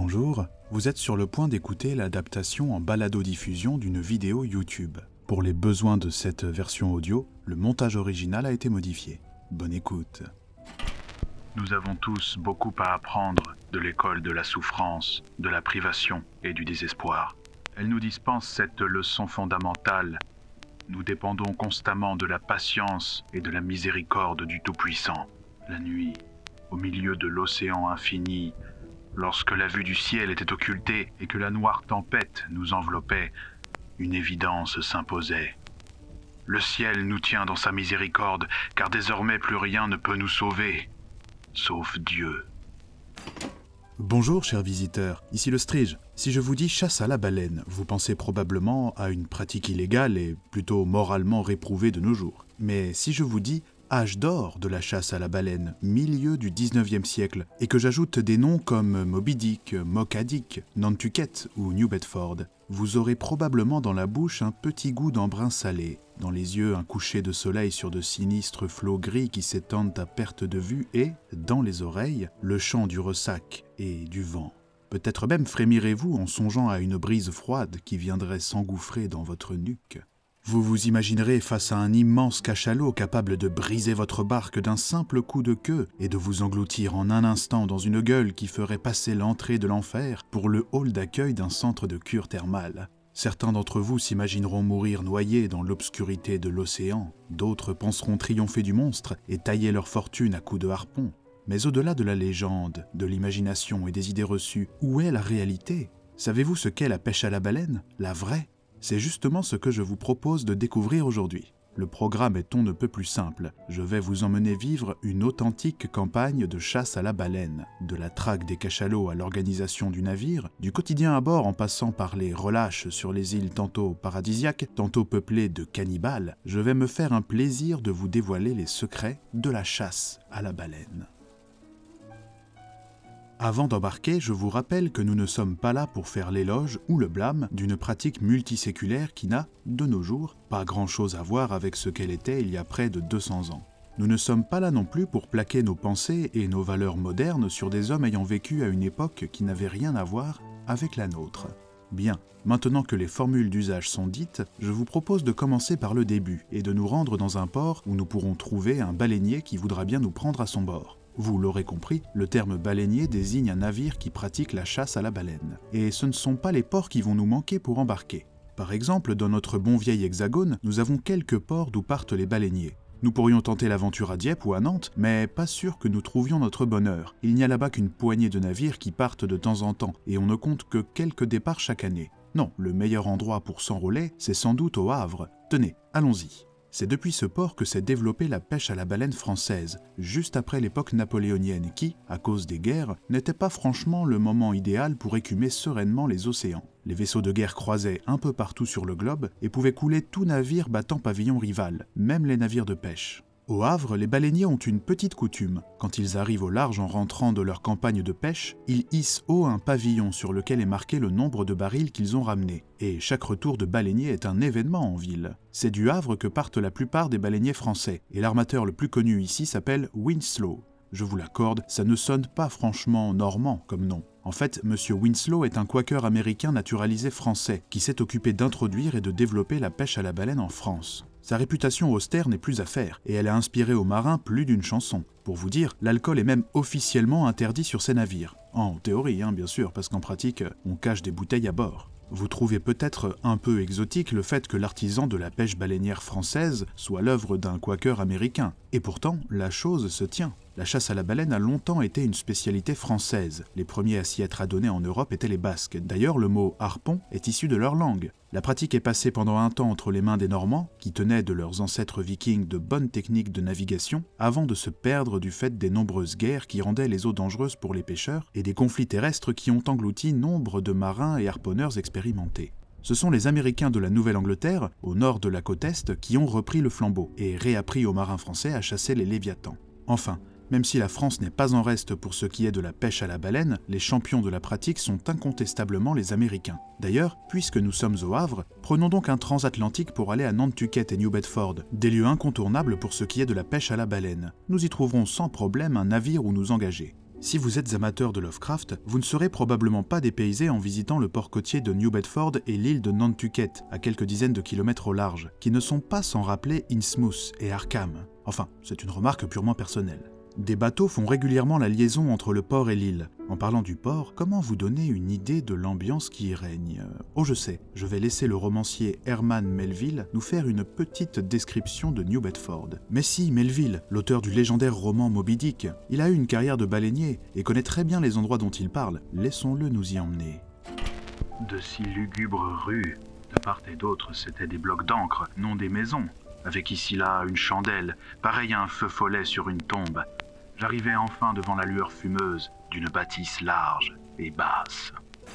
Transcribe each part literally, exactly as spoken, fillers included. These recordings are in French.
Bonjour, vous êtes sur le point d'écouter l'adaptation en balado-diffusion d'une vidéo YouTube. Pour les besoins de cette version audio, le montage original a été modifié. Bonne écoute. Nous avons tous beaucoup à apprendre de l'école de la souffrance, de la privation et du désespoir. Elle nous dispense cette leçon fondamentale. Nous dépendons constamment de la patience et de la miséricorde du Tout-Puissant. La nuit, au milieu de l'océan infini, lorsque la vue du ciel était occultée et que la noire tempête nous enveloppait, une évidence s'imposait. Le ciel nous tient dans sa miséricorde, car désormais plus rien ne peut nous sauver, sauf Dieu. Bonjour chers visiteurs, ici le Strige. Si je vous dis chasse à la baleine, vous pensez probablement à une pratique illégale et plutôt moralement réprouvée de nos jours. Mais si je vous dis âge d'or de la chasse à la baleine, milieu du dix-neuvième siècle, et que j'ajoute des noms comme Moby Dick, Mocha Dick, Nantucket ou New Bedford, vous aurez probablement dans la bouche un petit goût d'embrun salé, dans les yeux un coucher de soleil sur de sinistres flots gris qui s'étendent à perte de vue et, dans les oreilles, le chant du ressac et du vent. Peut-être même frémirez-vous en songeant à une brise froide qui viendrait s'engouffrer dans votre nuque. Vous vous imaginerez face à un immense cachalot capable de briser votre barque d'un simple coup de queue et de vous engloutir en un instant dans une gueule qui ferait passer l'entrée de l'enfer pour le hall d'accueil d'un centre de cure thermale. Certains d'entre vous s'imagineront mourir noyés dans l'obscurité de l'océan, d'autres penseront triompher du monstre et tailler leur fortune à coups de harpon. Mais au-delà de la légende, de l'imagination et des idées reçues, où est la réalité ? Savez-vous ce qu'est la pêche à la baleine, la vraie ? C'est justement ce que je vous propose de découvrir aujourd'hui. Le programme est on ne peut plus simple. Je vais vous emmener vivre une authentique campagne de chasse à la baleine. De la traque des cachalots à l'organisation du navire, du quotidien à bord en passant par les relâches sur les îles tantôt paradisiaques, tantôt peuplées de cannibales, je vais me faire un plaisir de vous dévoiler les secrets de la chasse à la baleine. Avant d'embarquer, je vous rappelle que nous ne sommes pas là pour faire l'éloge ou le blâme d'une pratique multiséculaire qui n'a, de nos jours, pas grand-chose à voir avec ce qu'elle était il y a près de deux cents ans. Nous ne sommes pas là non plus pour plaquer nos pensées et nos valeurs modernes sur des hommes ayant vécu à une époque qui n'avait rien à voir avec la nôtre. Bien, maintenant que les formules d'usage sont dites, je vous propose de commencer par le début et de nous rendre dans un port où nous pourrons trouver un baleinier qui voudra bien nous prendre à son bord. Vous l'aurez compris, le terme baleinier désigne un navire qui pratique la chasse à la baleine. Et ce ne sont pas les ports qui vont nous manquer pour embarquer. Par exemple, dans notre bon vieil hexagone, nous avons quelques ports d'où partent les baleiniers. Nous pourrions tenter l'aventure à Dieppe ou à Nantes, mais pas sûr que nous trouvions notre bonheur. Il n'y a là-bas qu'une poignée de navires qui partent de temps en temps, et on ne compte que quelques départs chaque année. Non, le meilleur endroit pour s'enrôler, c'est sans doute au Havre. Tenez, allons-y. C'est depuis ce port que s'est développée la pêche à la baleine française, juste après l'époque napoléonienne qui, à cause des guerres, n'était pas franchement le moment idéal pour écumer sereinement les océans. Les vaisseaux de guerre croisaient un peu partout sur le globe et pouvaient couler tout navire battant pavillon rival, même les navires de pêche. Au Havre, les baleiniers ont une petite coutume. Quand ils arrivent au large en rentrant de leur campagne de pêche, ils hissent haut un pavillon sur lequel est marqué le nombre de barils qu'ils ont ramenés. Et chaque retour de baleinier est un événement en ville. C'est du Havre que partent la plupart des baleiniers français, et l'armateur le plus connu ici s'appelle Winslow. Je vous l'accorde, ça ne sonne pas franchement normand comme nom. En fait, M. Winslow est un quaker américain naturalisé français qui s'est occupé d'introduire et de développer la pêche à la baleine en France. Sa réputation austère n'est plus à faire, et elle a inspiré aux marins plus d'une chanson. Pour vous dire, l'alcool est même officiellement interdit sur ces navires. En théorie, hein, bien sûr, parce qu'en pratique, on cache des bouteilles à bord. Vous trouvez peut-être un peu exotique le fait que l'artisan de la pêche baleinière française soit l'œuvre d'un quaker américain. Et pourtant, la chose se tient. La chasse à la baleine a longtemps été une spécialité française. Les premiers à s'y être adonnés en Europe étaient les Basques. D'ailleurs, le mot « harpon » est issu de leur langue. La pratique est passée pendant un temps entre les mains des Normands, qui tenaient de leurs ancêtres vikings de bonnes techniques de navigation, avant de se perdre du fait des nombreuses guerres qui rendaient les eaux dangereuses pour les pêcheurs et des conflits terrestres qui ont englouti nombre de marins et harponneurs expérimentés. Ce sont les Américains de la Nouvelle-Angleterre, au nord de la côte Est, qui ont repris le flambeau et réappris aux marins français à chasser les léviathans. Enfin, même si la France n'est pas en reste pour ce qui est de la pêche à la baleine, les champions de la pratique sont incontestablement les Américains. D'ailleurs, puisque nous sommes au Havre, prenons donc un transatlantique pour aller à Nantucket et New Bedford, des lieux incontournables pour ce qui est de la pêche à la baleine. Nous y trouverons sans problème un navire où nous engager. Si vous êtes amateur de Lovecraft, vous ne serez probablement pas dépaysé en visitant le port côtier de New Bedford et l'île de Nantucket, à quelques dizaines de kilomètres au large, qui ne sont pas sans rappeler Innsmouth et Arkham. Enfin, c'est une remarque purement personnelle. Des bateaux font régulièrement la liaison entre le port et l'île. En parlant du port, comment vous donner une idée de l'ambiance qui y règne ? Oh je sais, je vais laisser le romancier Herman Melville nous faire une petite description de New Bedford. Mais si, Melville, l'auteur du légendaire roman Moby Dick, il a eu une carrière de baleinier et connaît très bien les endroits dont il parle. Laissons-le nous y emmener. De si lugubres rues, de part et d'autre, c'étaient des blocs d'encre, non des maisons, avec ici-là une chandelle, pareil à un feu follet sur une tombe. J'arrivais enfin devant la lueur fumeuse d'une bâtisse large et basse.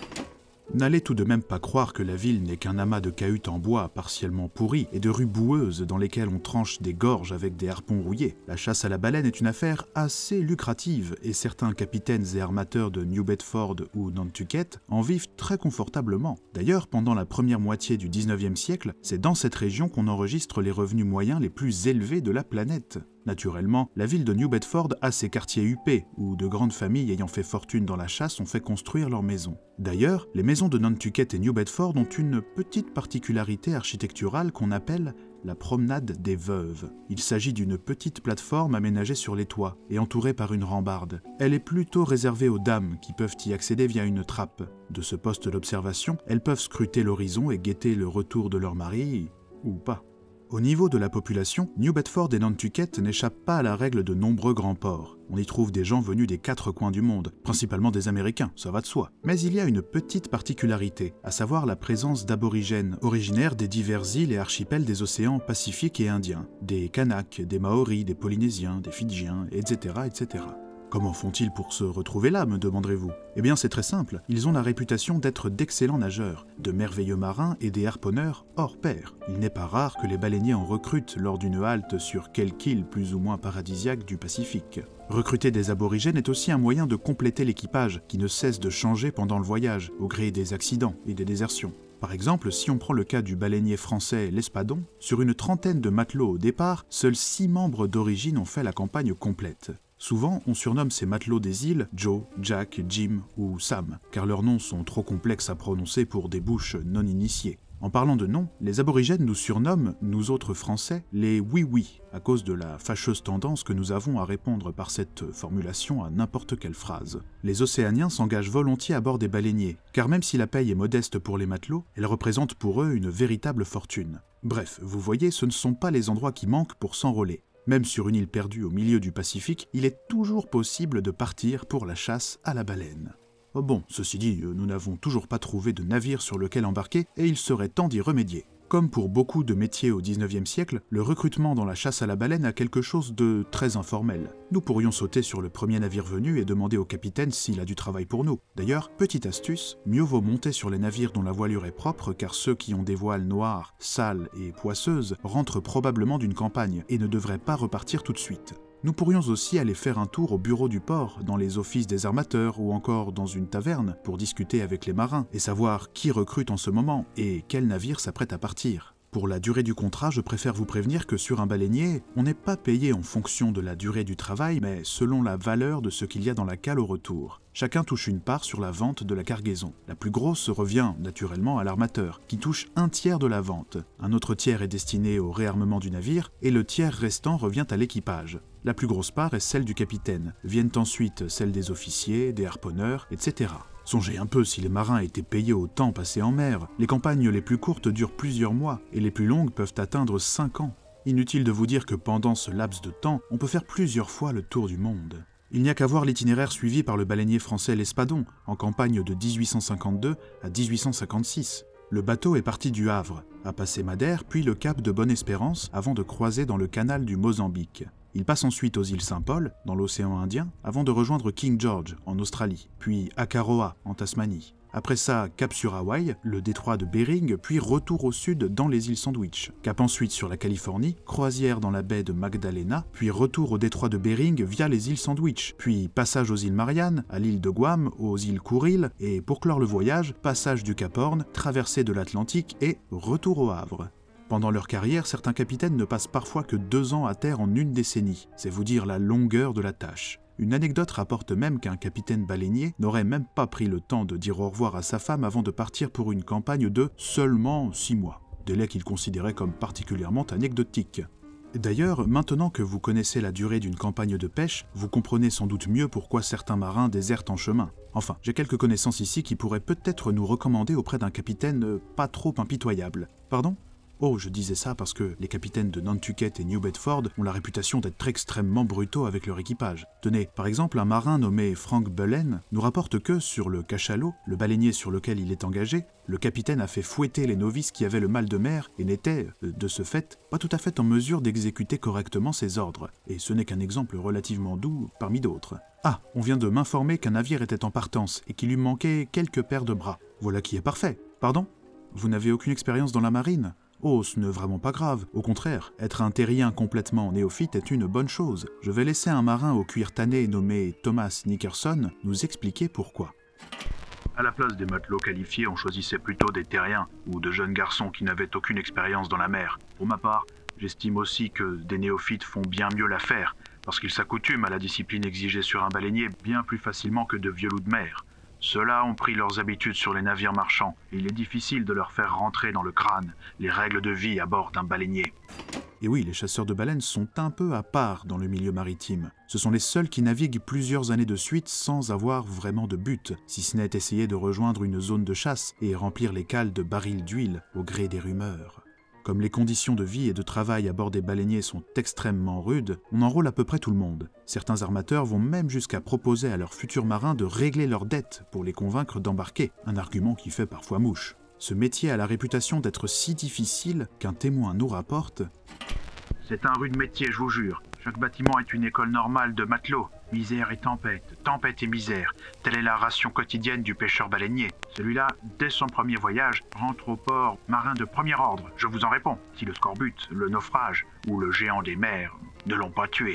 N'allez tout de même pas croire que la ville n'est qu'un amas de cahutes en bois partiellement pourries et de rues boueuses dans lesquelles on tranche des gorges avec des harpons rouillés. La chasse à la baleine est une affaire assez lucrative et certains capitaines et armateurs de New Bedford ou Nantucket en vivent très confortablement. D'ailleurs, pendant la première moitié du dix-neuvième siècle, c'est dans cette région qu'on enregistre les revenus moyens les plus élevés de la planète. Naturellement, la ville de New Bedford a ses quartiers huppés, où de grandes familles ayant fait fortune dans la chasse ont fait construire leurs maisons. D'ailleurs, les maisons de Nantucket et New Bedford ont une petite particularité architecturale qu'on appelle la promenade des veuves. Il s'agit d'une petite plateforme aménagée sur les toits et entourée par une rambarde. Elle est plutôt réservée aux dames qui peuvent y accéder via une trappe. De ce poste d'observation, elles peuvent scruter l'horizon et guetter le retour de leur mari, ou pas. Au niveau de la population, New Bedford et Nantucket n'échappent pas à la règle de nombreux grands ports. On y trouve des gens venus des quatre coins du monde, principalement des Américains, ça va de soi. Mais il y a une petite particularité, à savoir la présence d'aborigènes, originaires des diverses îles et archipels des océans Pacifique et Indien, des Kanaks, des Maoris, des Polynésiens, des Fidjiens, et cetera, et cetera. Comment font-ils pour se retrouver là, me demanderez-vous ? Eh bien c'est très simple, ils ont la réputation d'être d'excellents nageurs, de merveilleux marins et des harponneurs hors pair. Il n'est pas rare que les baleiniers en recrutent lors d'une halte sur quelque île plus ou moins paradisiaque du Pacifique. Recruter des aborigènes est aussi un moyen de compléter l'équipage, qui ne cesse de changer pendant le voyage, au gré des accidents et des désertions. Par exemple, si on prend le cas du baleinier français l'Espadon, sur une trentaine de matelots au départ, seuls six membres d'origine ont fait la campagne complète. Souvent, on surnomme ces matelots des îles Joe, Jack, Jim ou Sam, car leurs noms sont trop complexes à prononcer pour des bouches non initiées. En parlant de noms, les aborigènes nous surnomment, nous autres Français, les oui-oui, à cause de la fâcheuse tendance que nous avons à répondre par cette formulation à n'importe quelle phrase. Les Océaniens s'engagent volontiers à bord des baleiniers, car même si la paye est modeste pour les matelots, elle représente pour eux une véritable fortune. Bref, vous voyez, ce ne sont pas les endroits qui manquent pour s'enrôler. Même sur une île perdue au milieu du Pacifique, il est toujours possible de partir pour la chasse à la baleine. Oh bon, ceci dit, nous n'avons toujours pas trouvé de navire sur lequel embarquer et il serait temps d'y remédier. Comme pour beaucoup de métiers au dix-neuvième siècle, le recrutement dans la chasse à la baleine a quelque chose de très informel. Nous pourrions sauter sur le premier navire venu et demander au capitaine s'il a du travail pour nous. D'ailleurs, petite astuce, mieux vaut monter sur les navires dont la voilure est propre car ceux qui ont des voiles noires, sales et poisseuses rentrent probablement d'une campagne et ne devraient pas repartir tout de suite. Nous pourrions aussi aller faire un tour au bureau du port, dans les offices des armateurs ou encore dans une taverne pour discuter avec les marins et savoir qui recrute en ce moment et quel navire s'apprête à partir. Pour la durée du contrat, je préfère vous prévenir que sur un baleinier, on n'est pas payé en fonction de la durée du travail, mais selon la valeur de ce qu'il y a dans la cale au retour. Chacun touche une part sur la vente de la cargaison. La plus grosse revient, naturellement, à l'armateur, qui touche un tiers de la vente. Un autre tiers est destiné au réarmement du navire, et le tiers restant revient à l'équipage. La plus grosse part est celle du capitaine. Viennent ensuite celles des officiers, des harponneurs, et cetera. Songez un peu si les marins étaient payés au temps passé en mer. Les campagnes les plus courtes durent plusieurs mois, et les plus longues peuvent atteindre cinq ans. Inutile de vous dire que pendant ce laps de temps, on peut faire plusieurs fois le tour du monde. Il n'y a qu'à voir l'itinéraire suivi par le baleinier français l'Espadon, en campagne de dix-huit cent cinquante-deux à dix-huit cent cinquante-six. Le bateau est parti du Havre, a passé Madère, puis le cap de Bonne-Espérance, avant de croiser dans le canal du Mozambique. Il passe ensuite aux îles Saint-Paul, dans l'océan Indien, avant de rejoindre King George, en Australie, puis Akaroa, en Tasmanie. Après ça, cap sur Hawaï, le détroit de Bering, puis retour au sud dans les îles Sandwich. Cap ensuite sur la Californie, croisière dans la baie de Magdalena, puis retour au détroit de Bering via les îles Sandwich, puis passage aux îles Mariannes, à l'île de Guam, aux îles Kuril, et pour clore le voyage, passage du Cap Horn, traversée de l'Atlantique et retour au Havre. Pendant leur carrière, certains capitaines ne passent parfois que deux ans à terre en une décennie. C'est vous dire la longueur de la tâche. Une anecdote rapporte même qu'un capitaine baleinier n'aurait même pas pris le temps de dire au revoir à sa femme avant de partir pour une campagne de seulement six mois, délai qu'il considérait comme particulièrement anecdotique. D'ailleurs, maintenant que vous connaissez la durée d'une campagne de pêche, vous comprenez sans doute mieux pourquoi certains marins désertent en chemin. Enfin, j'ai quelques connaissances ici qui pourraient peut-être nous recommander auprès d'un capitaine pas trop impitoyable. Pardon ? Oh, je disais ça parce que les capitaines de Nantucket et New Bedford ont la réputation d'être extrêmement brutaux avec leur équipage. Tenez, par exemple, un marin nommé Frank Bullen nous rapporte que, sur le cachalot, le baleinier sur lequel il est engagé, le capitaine a fait fouetter les novices qui avaient le mal de mer et n'était, de ce fait, pas tout à fait en mesure d'exécuter correctement ses ordres. Et ce n'est qu'un exemple relativement doux parmi d'autres. Ah, on vient de m'informer qu'un navire était en partance et qu'il lui manquait quelques paires de bras. Voilà qui est parfait. Pardon ? Vous n'avez aucune expérience dans la marine ? Oh, ce n'est vraiment pas grave. Au contraire, être un terrien complètement néophyte est une bonne chose. Je vais laisser un marin au cuir tanné nommé Thomas Nickerson nous expliquer pourquoi. À la place des matelots qualifiés, on choisissait plutôt des terriens ou de jeunes garçons qui n'avaient aucune expérience dans la mer. Pour ma part, j'estime aussi que des néophytes font bien mieux l'affaire, parce qu'ils s'accoutument à la discipline exigée sur un baleinier bien plus facilement que de vieux loups de mer. Ceux-là ont pris leurs habitudes sur les navires marchands, et il est difficile de leur faire rentrer dans le crâne les règles de vie à bord d'un baleinier. Et oui, les chasseurs de baleines sont un peu à part dans le milieu maritime. Ce sont les seuls qui naviguent plusieurs années de suite sans avoir vraiment de but, si ce n'est essayer de rejoindre une zone de chasse et remplir les cales de barils d'huile au gré des rumeurs. Comme les conditions de vie et de travail à bord des baleiniers sont extrêmement rudes, on enrôle à peu près tout le monde. Certains armateurs vont même jusqu'à proposer à leurs futurs marins de régler leurs dettes pour les convaincre d'embarquer, un argument qui fait parfois mouche. Ce métier a la réputation d'être si difficile qu'un témoin nous rapporte « C'est un rude métier, je vous jure. Chaque bâtiment est une école normale de matelots. Misère et tempête, tempête et misère. Telle est la ration quotidienne du pêcheur baleinier. Celui-là, dès son premier voyage, rentre au port marin de premier ordre. Je vous en réponds. Si le scorbut, le naufrage ou le géant des mers ne l'ont pas tué. »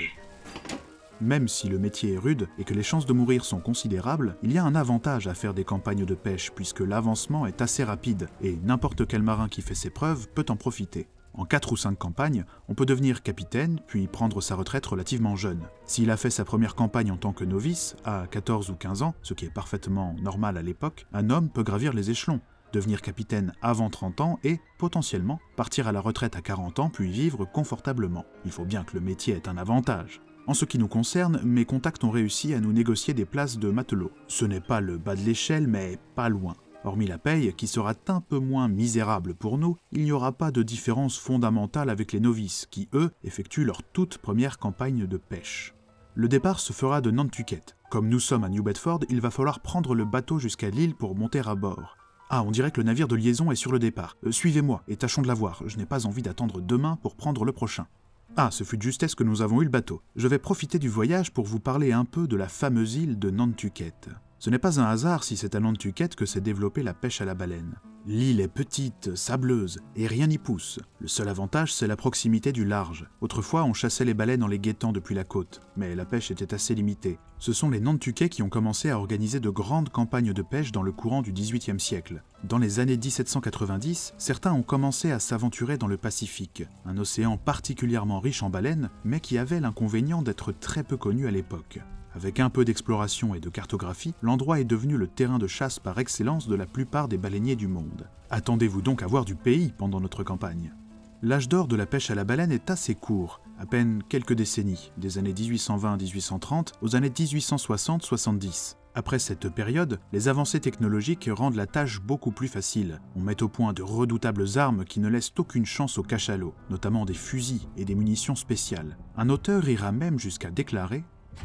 Même si le métier est rude et que les chances de mourir sont considérables, il y a un avantage à faire des campagnes de pêche puisque l'avancement est assez rapide et n'importe quel marin qui fait ses preuves peut en profiter. En quatre ou cinq campagnes, on peut devenir capitaine puis prendre sa retraite relativement jeune. S'il a fait sa première campagne en tant que novice, à quatorze ou quinze ans, ce qui est parfaitement normal à l'époque, un homme peut gravir les échelons, devenir capitaine avant trente ans et, potentiellement, partir à la retraite à quarante ans puis vivre confortablement. Il faut bien que le métier ait un avantage. En ce qui nous concerne, mes contacts ont réussi à nous négocier des places de matelot. Ce n'est pas le bas de l'échelle, mais pas loin. Hormis la paye, qui sera un peu moins misérable pour nous, il n'y aura pas de différence fondamentale avec les novices, qui, eux, effectuent leur toute première campagne de pêche. Le départ se fera de Nantucket. Comme nous sommes à New Bedford, il va falloir prendre le bateau jusqu'à l'île pour monter à bord. Ah, on dirait que le navire de liaison est sur le départ. Euh, suivez-moi, et tâchons de l'avoir. Je n'ai pas envie d'attendre demain pour prendre le prochain. Ah, ce fut de justesse que nous avons eu le bateau. Je vais profiter du voyage pour vous parler un peu de la fameuse île de Nantucket. Ce n'est pas un hasard si c'est à Nantucket que s'est développée la pêche à la baleine. L'île est petite, sableuse, et rien n'y pousse. Le seul avantage, c'est la proximité du large. Autrefois, on chassait les baleines en les guettant depuis la côte, mais la pêche était assez limitée. Ce sont les Nantuckais qui ont commencé à organiser de grandes campagnes de pêche dans le courant du dix-huitième siècle. Dans les années dix-sept cent quatre-vingt-dix, certains ont commencé à s'aventurer dans le Pacifique, un océan particulièrement riche en baleines, mais qui avait l'inconvénient d'être très peu connu à l'époque. Avec un peu d'exploration et de cartographie, l'endroit est devenu le terrain de chasse par excellence de la plupart des baleiniers du monde. Attendez-vous donc à voir du pays pendant notre campagne. L'âge d'or de la pêche à la baleine est assez court, à peine quelques décennies, des années dix-huit cent vingt à dix-huit cent trente aux années dix-huit cent soixante à soixante-dix. Après cette période, les avancées technologiques rendent la tâche beaucoup plus facile. On met au point de redoutables armes qui ne laissent aucune chance aux cachalots, notamment des fusils et des munitions spéciales. Un auteur ira même jusqu'à déclarer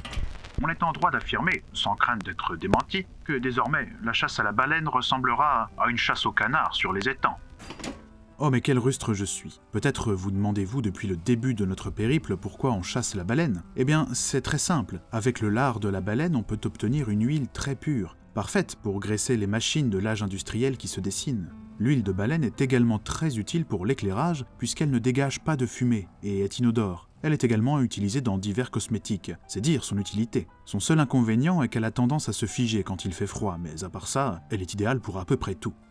On est en droit d'affirmer, sans crainte d'être démenti, que désormais, la chasse à la baleine ressemblera à une chasse au canard sur les étangs. Oh mais quel rustre je suis. Peut-être vous demandez-vous depuis le début de notre périple pourquoi on chasse la baleine. Eh bien, c'est très simple. Avec le lard de la baleine, on peut obtenir une huile très pure, parfaite pour graisser les machines de l'âge industriel qui se dessinent. L'huile de baleine est également très utile pour l'éclairage puisqu'elle ne dégage pas de fumée et est inodore. Elle est également utilisée dans divers cosmétiques, c'est dire son utilité. Son seul inconvénient est qu'elle a tendance à se figer quand il fait froid, mais à part ça, elle est idéale pour à peu près tout.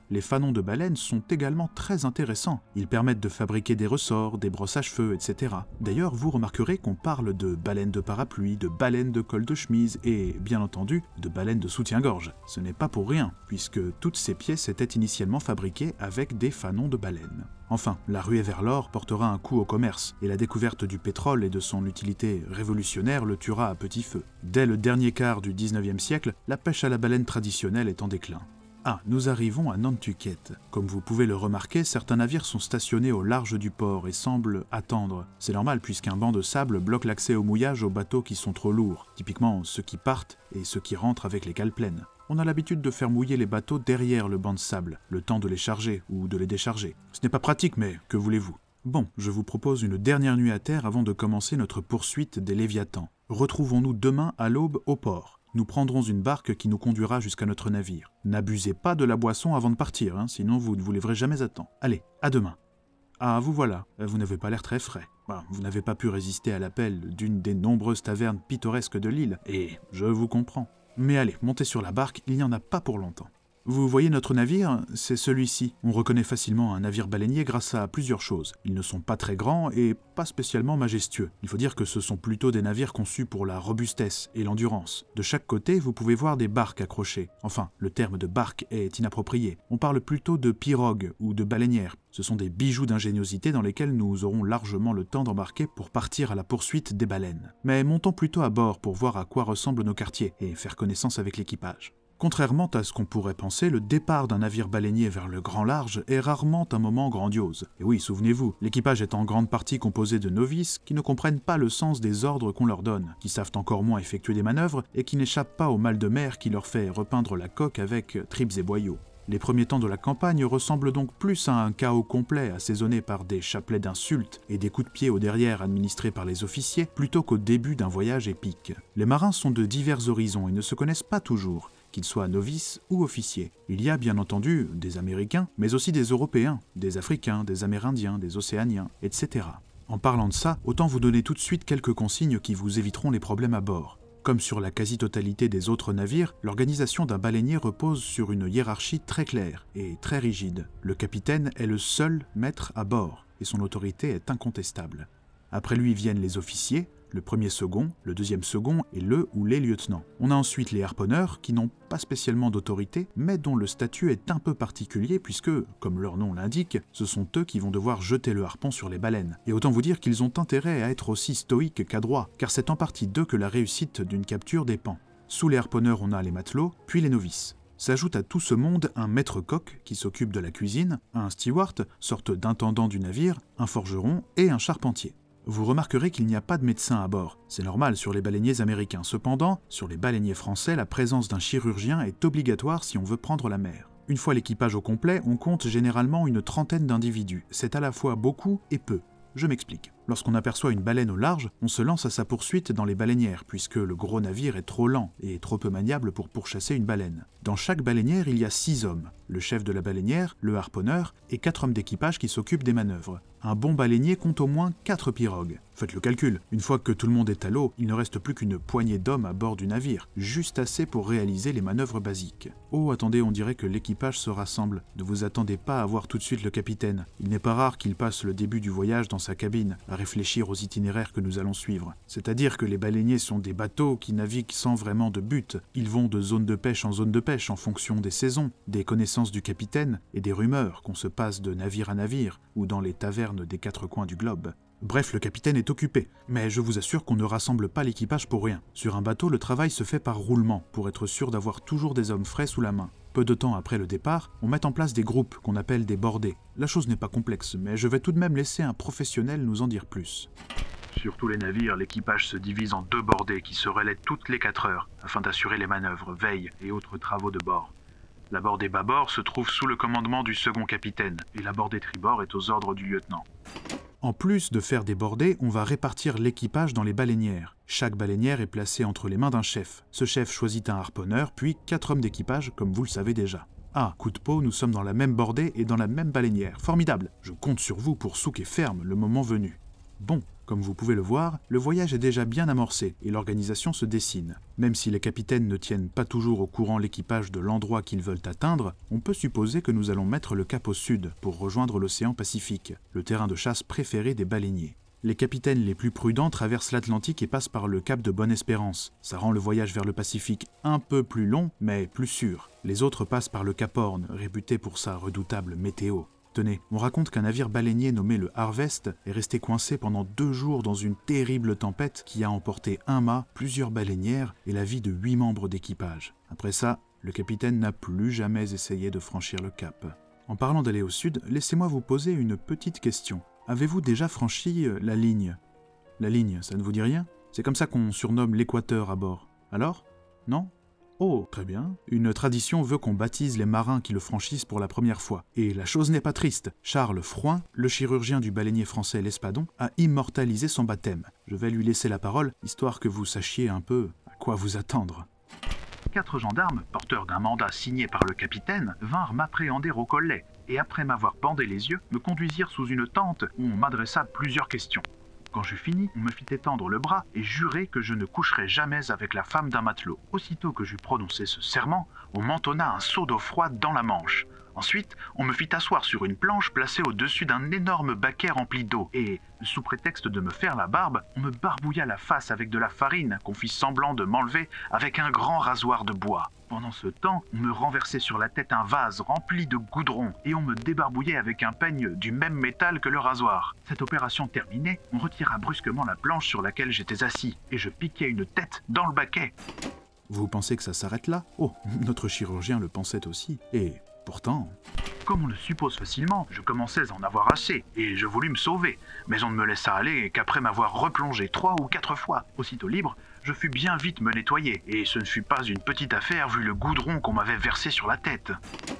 les fanons de baleine sont également très intéressants. Ils permettent de fabriquer des ressorts, des brosses à cheveux, et cetera. D'ailleurs, vous remarquerez qu'on parle de baleines de parapluie, de baleines de col de chemise et, bien entendu, de baleines de soutien-gorge. Ce n'est pas pour rien, puisque toutes ces pièces étaient initialement fabriquées avec des fanons de baleine. Enfin, la ruée vers l'or portera un coup au commerce, et la découverte du pétrole et de son utilité révolutionnaire le tuera à petit feu. Dès le dernier quart du dix-neuvième siècle, la pêche à la baleine traditionnelle est en déclin. Ah, nous arrivons à Nantucket. Comme vous pouvez le remarquer, certains navires sont stationnés au large du port et semblent attendre. C'est normal puisqu'un banc de sable bloque l'accès au mouillage aux bateaux qui sont trop lourds, typiquement ceux qui partent et ceux qui rentrent avec les cales pleines. On a l'habitude de faire mouiller les bateaux derrière le banc de sable, le temps de les charger ou de les décharger. Ce n'est pas pratique, mais que voulez-vous ? Bon, je vous propose une dernière nuit à terre avant de commencer notre poursuite des Léviathans. Retrouvons-nous demain à l'aube au port. Nous prendrons une barque qui nous conduira jusqu'à notre navire. N'abusez pas de la boisson avant de partir, hein, sinon vous ne vous lèverez jamais à temps. Allez, à demain. Ah, vous voilà, vous n'avez pas l'air très frais. Bah, vous n'avez pas pu résister à l'appel d'une des nombreuses tavernes pittoresques de l'île, et je vous comprends. Mais allez, montez sur la barque, il n'y en a pas pour longtemps. Vous voyez notre navire, c'est celui-ci. On reconnaît facilement un navire baleinier grâce à plusieurs choses. Ils ne sont pas très grands et pas spécialement majestueux. Il faut dire que ce sont plutôt des navires conçus pour la robustesse et l'endurance. De chaque côté, vous pouvez voir des barques accrochées. Enfin, le terme de barque est inapproprié. On parle plutôt de pirogues ou de baleinières. Ce sont des bijoux d'ingéniosité dans lesquels nous aurons largement le temps d'embarquer pour partir à la poursuite des baleines. Mais montons plutôt à bord pour voir à quoi ressemblent nos quartiers et faire connaissance avec l'équipage. Contrairement à ce qu'on pourrait penser, le départ d'un navire baleinier vers le grand large est rarement un moment grandiose. Et oui, souvenez-vous, l'équipage est en grande partie composé de novices qui ne comprennent pas le sens des ordres qu'on leur donne, qui savent encore moins effectuer des manœuvres et qui n'échappent pas au mal de mer qui leur fait repeindre la coque avec tripes et boyaux. Les premiers temps de la campagne ressemblent donc plus à un chaos complet assaisonné par des chapelets d'insultes et des coups de pied au derrière administrés par les officiers plutôt qu'au début d'un voyage épique. Les marins sont de divers horizons et ne se connaissent pas toujours, qu'ils soient novices ou officiers. Il y a bien entendu des Américains, mais aussi des Européens, des Africains, des Amérindiens, des Océaniens, et cetera. En parlant de ça, autant vous donner tout de suite quelques consignes qui vous éviteront les problèmes à bord. Comme sur la quasi-totalité des autres navires, l'organisation d'un baleinier repose sur une hiérarchie très claire et très rigide. Le capitaine est le seul maître à bord, et son autorité est incontestable. Après lui viennent les officiers, le premier second, le deuxième second et le ou les lieutenants. On a ensuite les harponneurs qui n'ont pas spécialement d'autorité, mais dont le statut est un peu particulier puisque, comme leur nom l'indique, ce sont eux qui vont devoir jeter le harpon sur les baleines. Et autant vous dire qu'ils ont intérêt à être aussi stoïques qu'adroits, car c'est en partie d'eux que la réussite d'une capture dépend. Sous les harponneurs, on a les matelots, puis les novices. S'ajoute à tout ce monde un maître-coq qui s'occupe de la cuisine, un steward, sorte d'intendant du navire, un forgeron et un charpentier. Vous remarquerez qu'il n'y a pas de médecin à bord. C'est normal sur les baleiniers américains. Cependant, sur les baleiniers français, la présence d'un chirurgien est obligatoire si on veut prendre la mer. Une fois l'équipage au complet, on compte généralement une trentaine d'individus. C'est à la fois beaucoup et peu. Je m'explique. Lorsqu'on aperçoit une baleine au large, on se lance à sa poursuite dans les baleinières, puisque le gros navire est trop lent et trop peu maniable pour pourchasser une baleine. Dans chaque baleinière, il y a six hommes, le chef de la baleinière, le harponneur et quatre hommes d'équipage qui s'occupent des manœuvres. Un bon baleinier compte au moins quatre pirogues. Faites le calcul, une fois que tout le monde est à l'eau, il ne reste plus qu'une poignée d'hommes à bord du navire, juste assez pour réaliser les manœuvres basiques. Oh, attendez, on dirait que l'équipage se rassemble. Ne vous attendez pas à voir tout de suite le capitaine. Il n'est pas rare qu'il passe le début du voyage dans sa cabine, à réfléchir aux itinéraires que nous allons suivre. C'est-à-dire que les baleiniers sont des bateaux qui naviguent sans vraiment de but. Ils vont de zone de pêche en zone de pêche en fonction des saisons, des connaissances du capitaine et des rumeurs qu'on se passe de navire à navire ou dans les tavernes des quatre coins du globe. Bref, le capitaine est occupé, mais je vous assure qu'on ne rassemble pas l'équipage pour rien. Sur un bateau, le travail se fait par roulement, pour être sûr d'avoir toujours des hommes frais sous la main. Peu de temps après le départ, on met en place des groupes qu'on appelle des bordées. La chose n'est pas complexe, mais je vais tout de même laisser un professionnel nous en dire plus. Sur tous les navires, l'équipage se divise en deux bordées qui se relaient toutes les quatre heures, afin d'assurer les manœuvres, veilles et autres travaux de bord. La bordée bâbord se trouve sous le commandement du second capitaine, et la bordée tribord est aux ordres du lieutenant. En plus de faire des bordées, on va répartir l'équipage dans les baleinières. Chaque baleinière est placée entre les mains d'un chef. Ce chef choisit un harponneur, puis quatre hommes d'équipage, comme vous le savez déjà. Ah, coup de peau, nous sommes dans la même bordée et dans la même baleinière. Formidable! Je compte sur vous pour souquer ferme le moment venu. Bon, Comme vous pouvez le voir, le voyage est déjà bien amorcé et l'organisation se dessine. Même si les capitaines ne tiennent pas toujours au courant l'équipage de l'endroit qu'ils veulent atteindre, on peut supposer que nous allons mettre le cap au sud pour rejoindre l'océan Pacifique, le terrain de chasse préféré des baleiniers. Les capitaines les plus prudents traversent l'Atlantique et passent par le cap de Bonne-Espérance. Ça rend le voyage vers le Pacifique un peu plus long, mais plus sûr. Les autres passent par le Cap Horn, réputé pour sa redoutable météo. Tenez, on raconte qu'un navire baleinier nommé le Harvest est resté coincé pendant deux jours dans une terrible tempête qui a emporté un mât, plusieurs baleinières et la vie de huit membres d'équipage. Après ça, le capitaine n'a plus jamais essayé de franchir le cap. En parlant d'aller au sud, laissez-moi vous poser une petite question. Avez-vous déjà franchi la ligne ? La ligne, ça ne vous dit rien ? C'est comme ça qu'on surnomme l'équateur à bord. Alors ? Non ? Oh, très bien. Une tradition veut qu'on baptise les marins qui le franchissent pour la première fois. Et la chose n'est pas triste. Charles Frouin, le chirurgien du baleinier français l'Espadon, a immortalisé son baptême. Je vais lui laisser la parole, histoire que vous sachiez un peu à quoi vous attendre. Quatre gendarmes, porteurs d'un mandat signé par le capitaine, vinrent m'appréhender au collet, et après m'avoir bandé les yeux, me conduisirent sous une tente où on m'adressa plusieurs questions. Quand j'eus fini, on me fit étendre le bras et jurer que je ne coucherais jamais avec la femme d'un matelot. Aussitôt que j'eus prononcé ce serment, on m'entonna un seau d'eau froide dans la manche. Ensuite, on me fit asseoir sur une planche placée au-dessus d'un énorme baquet rempli d'eau et, sous prétexte de me faire la barbe, on me barbouilla la face avec de la farine qu'on fit semblant de m'enlever avec un grand rasoir de bois. Pendant ce temps, on me renversait sur la tête un vase rempli de goudron et on me débarbouillait avec un peigne du même métal que le rasoir. Cette opération terminée, on retira brusquement la planche sur laquelle j'étais assis et je piquai une tête dans le baquet. Vous pensez que ça s'arrête là ? Oh, notre chirurgien le pensait aussi. Et pourtant... Comme on le suppose facilement, je commençais à en avoir assez, et je voulus me sauver, mais on ne me laissa aller qu'après m'avoir replongé trois ou quatre fois. Aussitôt libre, je fus bien vite me nettoyer, et ce ne fut pas une petite affaire vu le goudron qu'on m'avait versé sur la tête.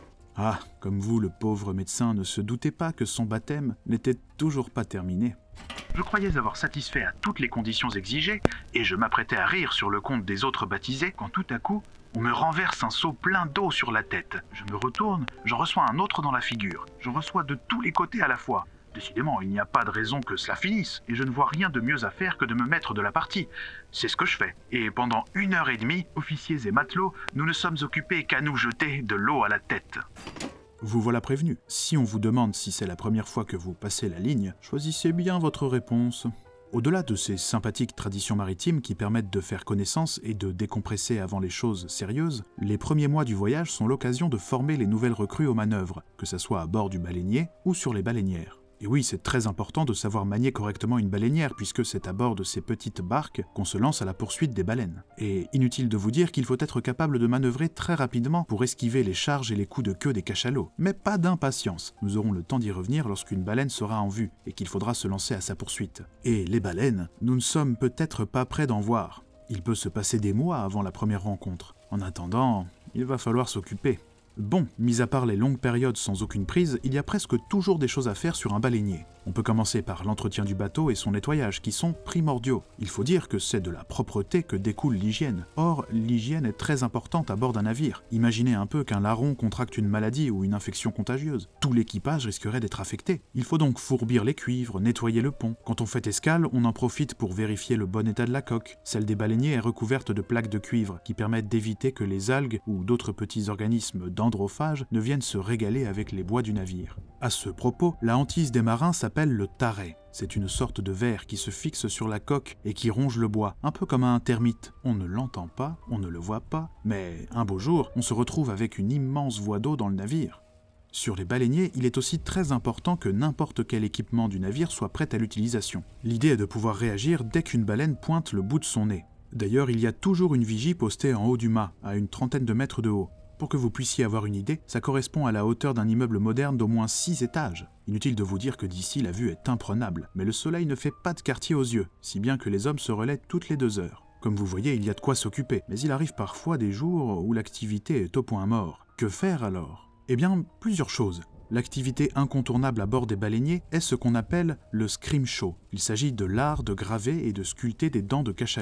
Ah, comme vous, le pauvre médecin ne se doutait pas que son baptême n'était toujours pas terminé. Je croyais avoir satisfait à toutes les conditions exigées, et je m'apprêtais à rire sur le compte des autres baptisés, quand tout à coup, on me renverse un seau plein d'eau sur la tête. Je me retourne, j'en reçois un autre dans la figure. J'en reçois de tous les côtés à la fois. Décidément, il n'y a pas de raison que cela finisse, et je ne vois rien de mieux à faire que de me mettre de la partie. C'est ce que je fais. Et pendant une heure et demie, officiers et matelots, nous ne sommes occupés qu'à nous jeter de l'eau à la tête. Vous voilà prévenu. Si on vous demande si c'est la première fois que vous passez la ligne, choisissez bien votre réponse. Au-delà de ces sympathiques traditions maritimes qui permettent de faire connaissance et de décompresser avant les choses sérieuses, les premiers mois du voyage sont l'occasion de former les nouvelles recrues aux manœuvres, que ce soit à bord du baleinier ou sur les baleinières. Et oui, c'est très important de savoir manier correctement une baleinière puisque c'est à bord de ces petites barques qu'on se lance à la poursuite des baleines. Et inutile de vous dire qu'il faut être capable de manœuvrer très rapidement pour esquiver les charges et les coups de queue des cachalots. Mais pas d'impatience, nous aurons le temps d'y revenir lorsqu'une baleine sera en vue et qu'il faudra se lancer à sa poursuite. Et les baleines, nous ne sommes peut-être pas près d'en voir. Il peut se passer des mois avant la première rencontre. En attendant, il va falloir s'occuper. Bon, mis à part les longues périodes sans aucune prise, il y a presque toujours des choses à faire sur un baleinier. On peut commencer par l'entretien du bateau et son nettoyage, qui sont primordiaux. Il faut dire que c'est de la propreté que découle l'hygiène. Or, l'hygiène est très importante à bord d'un navire. Imaginez un peu qu'un larron contracte une maladie ou une infection contagieuse. Tout l'équipage risquerait d'être affecté. Il faut donc fourbir les cuivres, nettoyer le pont. Quand on fait escale, on en profite pour vérifier le bon état de la coque. Celle des baleiniers est recouverte de plaques de cuivre, qui permettent d'éviter que les algues ou d'autres petits organismes dendrophages ne viennent se régaler avec les bois du navire. À ce propos, la hantise des marins s'appelle le taret. C'est une sorte de ver qui se fixe sur la coque et qui ronge le bois, un peu comme un termite. On ne l'entend pas, on ne le voit pas, mais un beau jour, on se retrouve avec une immense voie d'eau dans le navire. Sur les baleiniers, il est aussi très important que n'importe quel équipement du navire soit prêt à l'utilisation. L'idée est de pouvoir réagir dès qu'une baleine pointe le bout de son nez. D'ailleurs, il y a toujours une vigie postée en haut du mât, à une trentaine de mètres de haut. Pour que vous puissiez avoir une idée, ça correspond à la hauteur d'un immeuble moderne d'au moins six étages. Inutile de vous dire que d'ici la vue est imprenable, mais le soleil ne fait pas de quartier aux yeux, si bien que les hommes se relaient toutes les deux heures. Comme vous voyez, il y a de quoi s'occuper, mais il arrive parfois des jours où l'activité est au point mort. Que faire alors ? Eh bien, plusieurs choses. L'activité incontournable à bord des baleiniers est ce qu'on appelle le scrimshaw. Il s'agit de l'art de graver et de sculpter des dents de cachalot.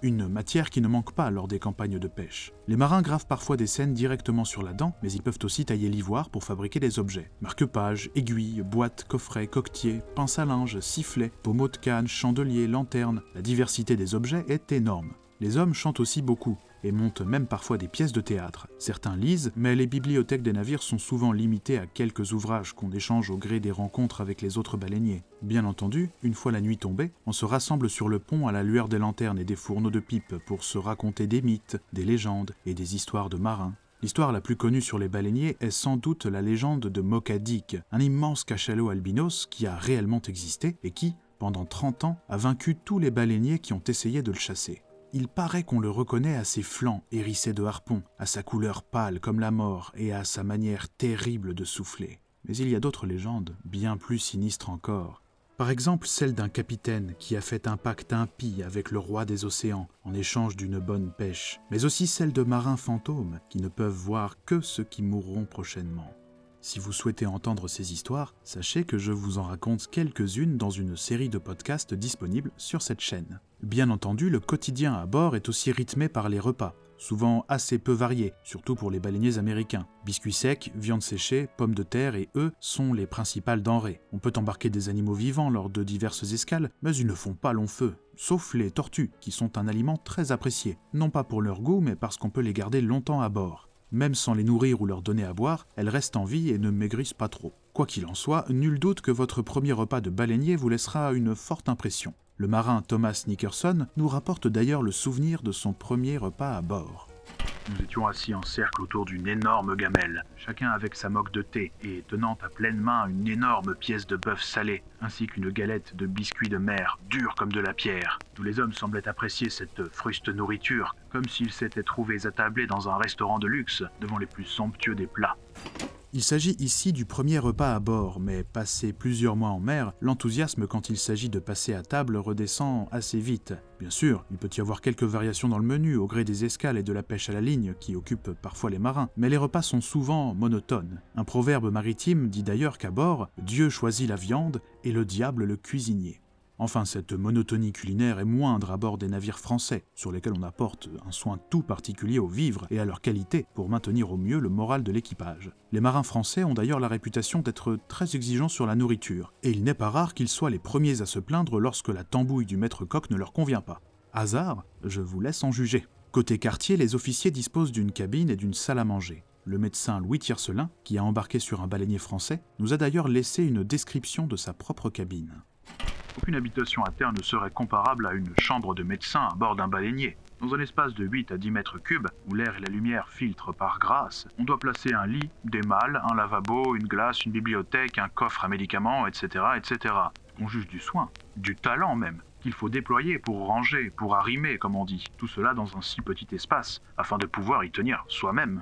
une matière qui ne manque pas lors des campagnes de pêche. Les marins gravent parfois des scènes directement sur la dent, mais ils peuvent aussi tailler l'ivoire pour fabriquer des objets. Marque-pages, aiguilles, boîtes, coffrets, coquetiers, pinces à linge, sifflets, pommeaux de canne, chandeliers, lanternes. La diversité des objets est énorme. Les hommes chantent aussi beaucoup, et montent même parfois des pièces de théâtre. Certains lisent, mais les bibliothèques des navires sont souvent limitées à quelques ouvrages qu'on échange au gré des rencontres avec les autres baleiniers. Bien entendu, une fois la nuit tombée, on se rassemble sur le pont à la lueur des lanternes et des fourneaux de pipe pour se raconter des mythes, des légendes et des histoires de marins. L'histoire la plus connue sur les baleiniers est sans doute la légende de Mocha Dick, un immense cachalot albinos qui a réellement existé et qui, pendant trente ans, a vaincu tous les baleiniers qui ont essayé de le chasser. Il paraît qu'on le reconnaît à ses flancs hérissés de harpons, à sa couleur pâle comme la mort et à sa manière terrible de souffler. Mais il y a d'autres légendes, bien plus sinistres encore. Par exemple celle d'un capitaine qui a fait un pacte impie avec le roi des océans en échange d'une bonne pêche, mais aussi celle de marins fantômes qui ne peuvent voir que ceux qui mourront prochainement. Si vous souhaitez entendre ces histoires, sachez que je vous en raconte quelques-unes dans une série de podcasts disponibles sur cette chaîne. Bien entendu, le quotidien à bord est aussi rythmé par les repas, souvent assez peu variés, surtout pour les baleiniers américains. Biscuits secs, viande séchée, pommes de terre et œufs sont les principales denrées. On peut embarquer des animaux vivants lors de diverses escales, mais ils ne font pas long feu, sauf les tortues, qui sont un aliment très apprécié, non pas pour leur goût, mais parce qu'on peut les garder longtemps à bord. Même sans les nourrir ou leur donner à boire, elles restent en vie et ne maigrissent pas trop. Quoi qu'il en soit, nul doute que votre premier repas de baleinier vous laissera une forte impression. Le marin Thomas Nickerson nous rapporte d'ailleurs le souvenir de son premier repas à bord. Nous étions assis en cercle autour d'une énorme gamelle, chacun avec sa moque de thé et tenant à pleine main une énorme pièce de bœuf salé, ainsi qu'une galette de biscuits de mer, dure comme de la pierre. Tous les hommes semblaient apprécier cette fruste nourriture, comme s'ils s'étaient trouvés attablés dans un restaurant de luxe, devant les plus somptueux des plats. Il s'agit ici du premier repas à bord, mais passé plusieurs mois en mer, l'enthousiasme quand il s'agit de passer à table redescend assez vite. Bien sûr, il peut y avoir quelques variations dans le menu au gré des escales et de la pêche à la ligne qui occupent parfois les marins, mais les repas sont souvent monotones. Un proverbe maritime dit d'ailleurs qu'à bord, Dieu choisit la viande et le diable le cuisinier. Enfin, cette monotonie culinaire est moindre à bord des navires français, sur lesquels on apporte un soin tout particulier aux vivres et à leur qualité pour maintenir au mieux le moral de l'équipage. Les marins français ont d'ailleurs la réputation d'être très exigeants sur la nourriture, et il n'est pas rare qu'ils soient les premiers à se plaindre lorsque la tambouille du maître-coq ne leur convient pas. Hasard, je vous laisse en juger. Côté quartier, les officiers disposent d'une cabine et d'une salle à manger. Le médecin Louis Tiercelin, qui a embarqué sur un baleinier français, nous a d'ailleurs laissé une description de sa propre cabine. Aucune habitation à terre ne serait comparable à une chambre de médecin à bord d'un baleinier. Dans un espace de huit à dix mètres cubes, où l'air et la lumière filtrent par grâce, on doit placer un lit, des malles, un lavabo, une glace, une bibliothèque, un coffre à médicaments, et cetera, et cetera. On juge du soin, du talent même, qu'il faut déployer pour ranger, pour arrimer, comme on dit. Tout cela dans un si petit espace, afin de pouvoir y tenir soi-même.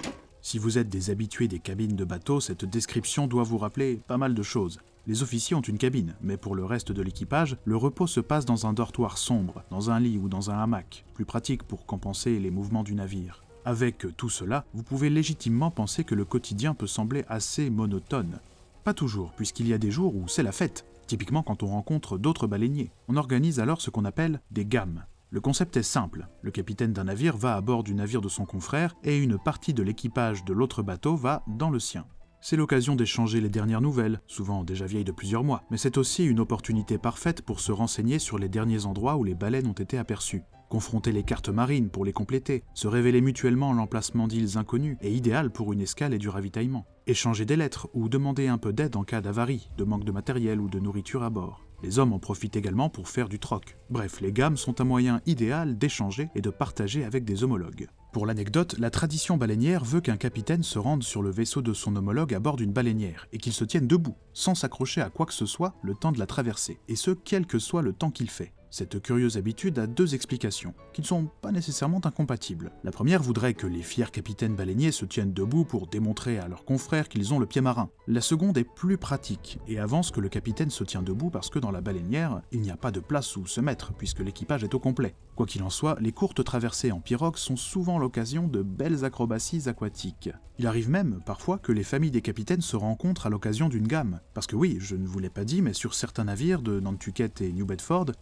Si vous êtes des habitués des cabines de bateau, cette description doit vous rappeler pas mal de choses. Les officiers ont une cabine, mais pour le reste de l'équipage, le repos se passe dans un dortoir sombre, dans un lit ou dans un hamac, plus pratique pour compenser les mouvements du navire. Avec tout cela, vous pouvez légitimement penser que le quotidien peut sembler assez monotone. Pas toujours, puisqu'il y a des jours où c'est la fête, typiquement quand on rencontre d'autres baleiniers. On organise alors ce qu'on appelle des gammes. Le concept est simple, le capitaine d'un navire va à bord du navire de son confrère et une partie de l'équipage de l'autre bateau va dans le sien. C'est l'occasion d'échanger les dernières nouvelles, souvent déjà vieilles de plusieurs mois, mais c'est aussi une opportunité parfaite pour se renseigner sur les derniers endroits où les baleines ont été aperçues. Confronter les cartes marines pour les compléter, se révéler mutuellement l'emplacement d'îles inconnues est idéal pour une escale et du ravitaillement. Échanger des lettres ou demander un peu d'aide en cas d'avarie, de manque de matériel ou de nourriture à bord. Les hommes en profitent également pour faire du troc. Bref, les gammes sont un moyen idéal d'échanger et de partager avec des homologues. Pour l'anecdote, la tradition baleinière veut qu'un capitaine se rende sur le vaisseau de son homologue à bord d'une baleinière et qu'il se tienne debout, sans s'accrocher à quoi que ce soit le temps de la traversée, et ce, quel que soit le temps qu'il fait. Cette curieuse habitude a deux explications, qui ne sont pas nécessairement incompatibles. La première voudrait que les fiers capitaines baleiniers se tiennent debout pour démontrer à leurs confrères qu'ils ont le pied marin. La seconde est plus pratique, et avance que le capitaine se tient debout parce que dans la baleinière, il n'y a pas de place où se mettre, puisque l'équipage est au complet. Quoi qu'il en soit, les courtes traversées en pirogue sont souvent l'occasion de belles acrobaties aquatiques. Il arrive même, parfois, que les familles des capitaines se rencontrent à l'occasion d'une gamme. Parce que oui, je ne vous l'ai pas dit, mais sur certains navires de Nantucket et New Bedford, les capitaines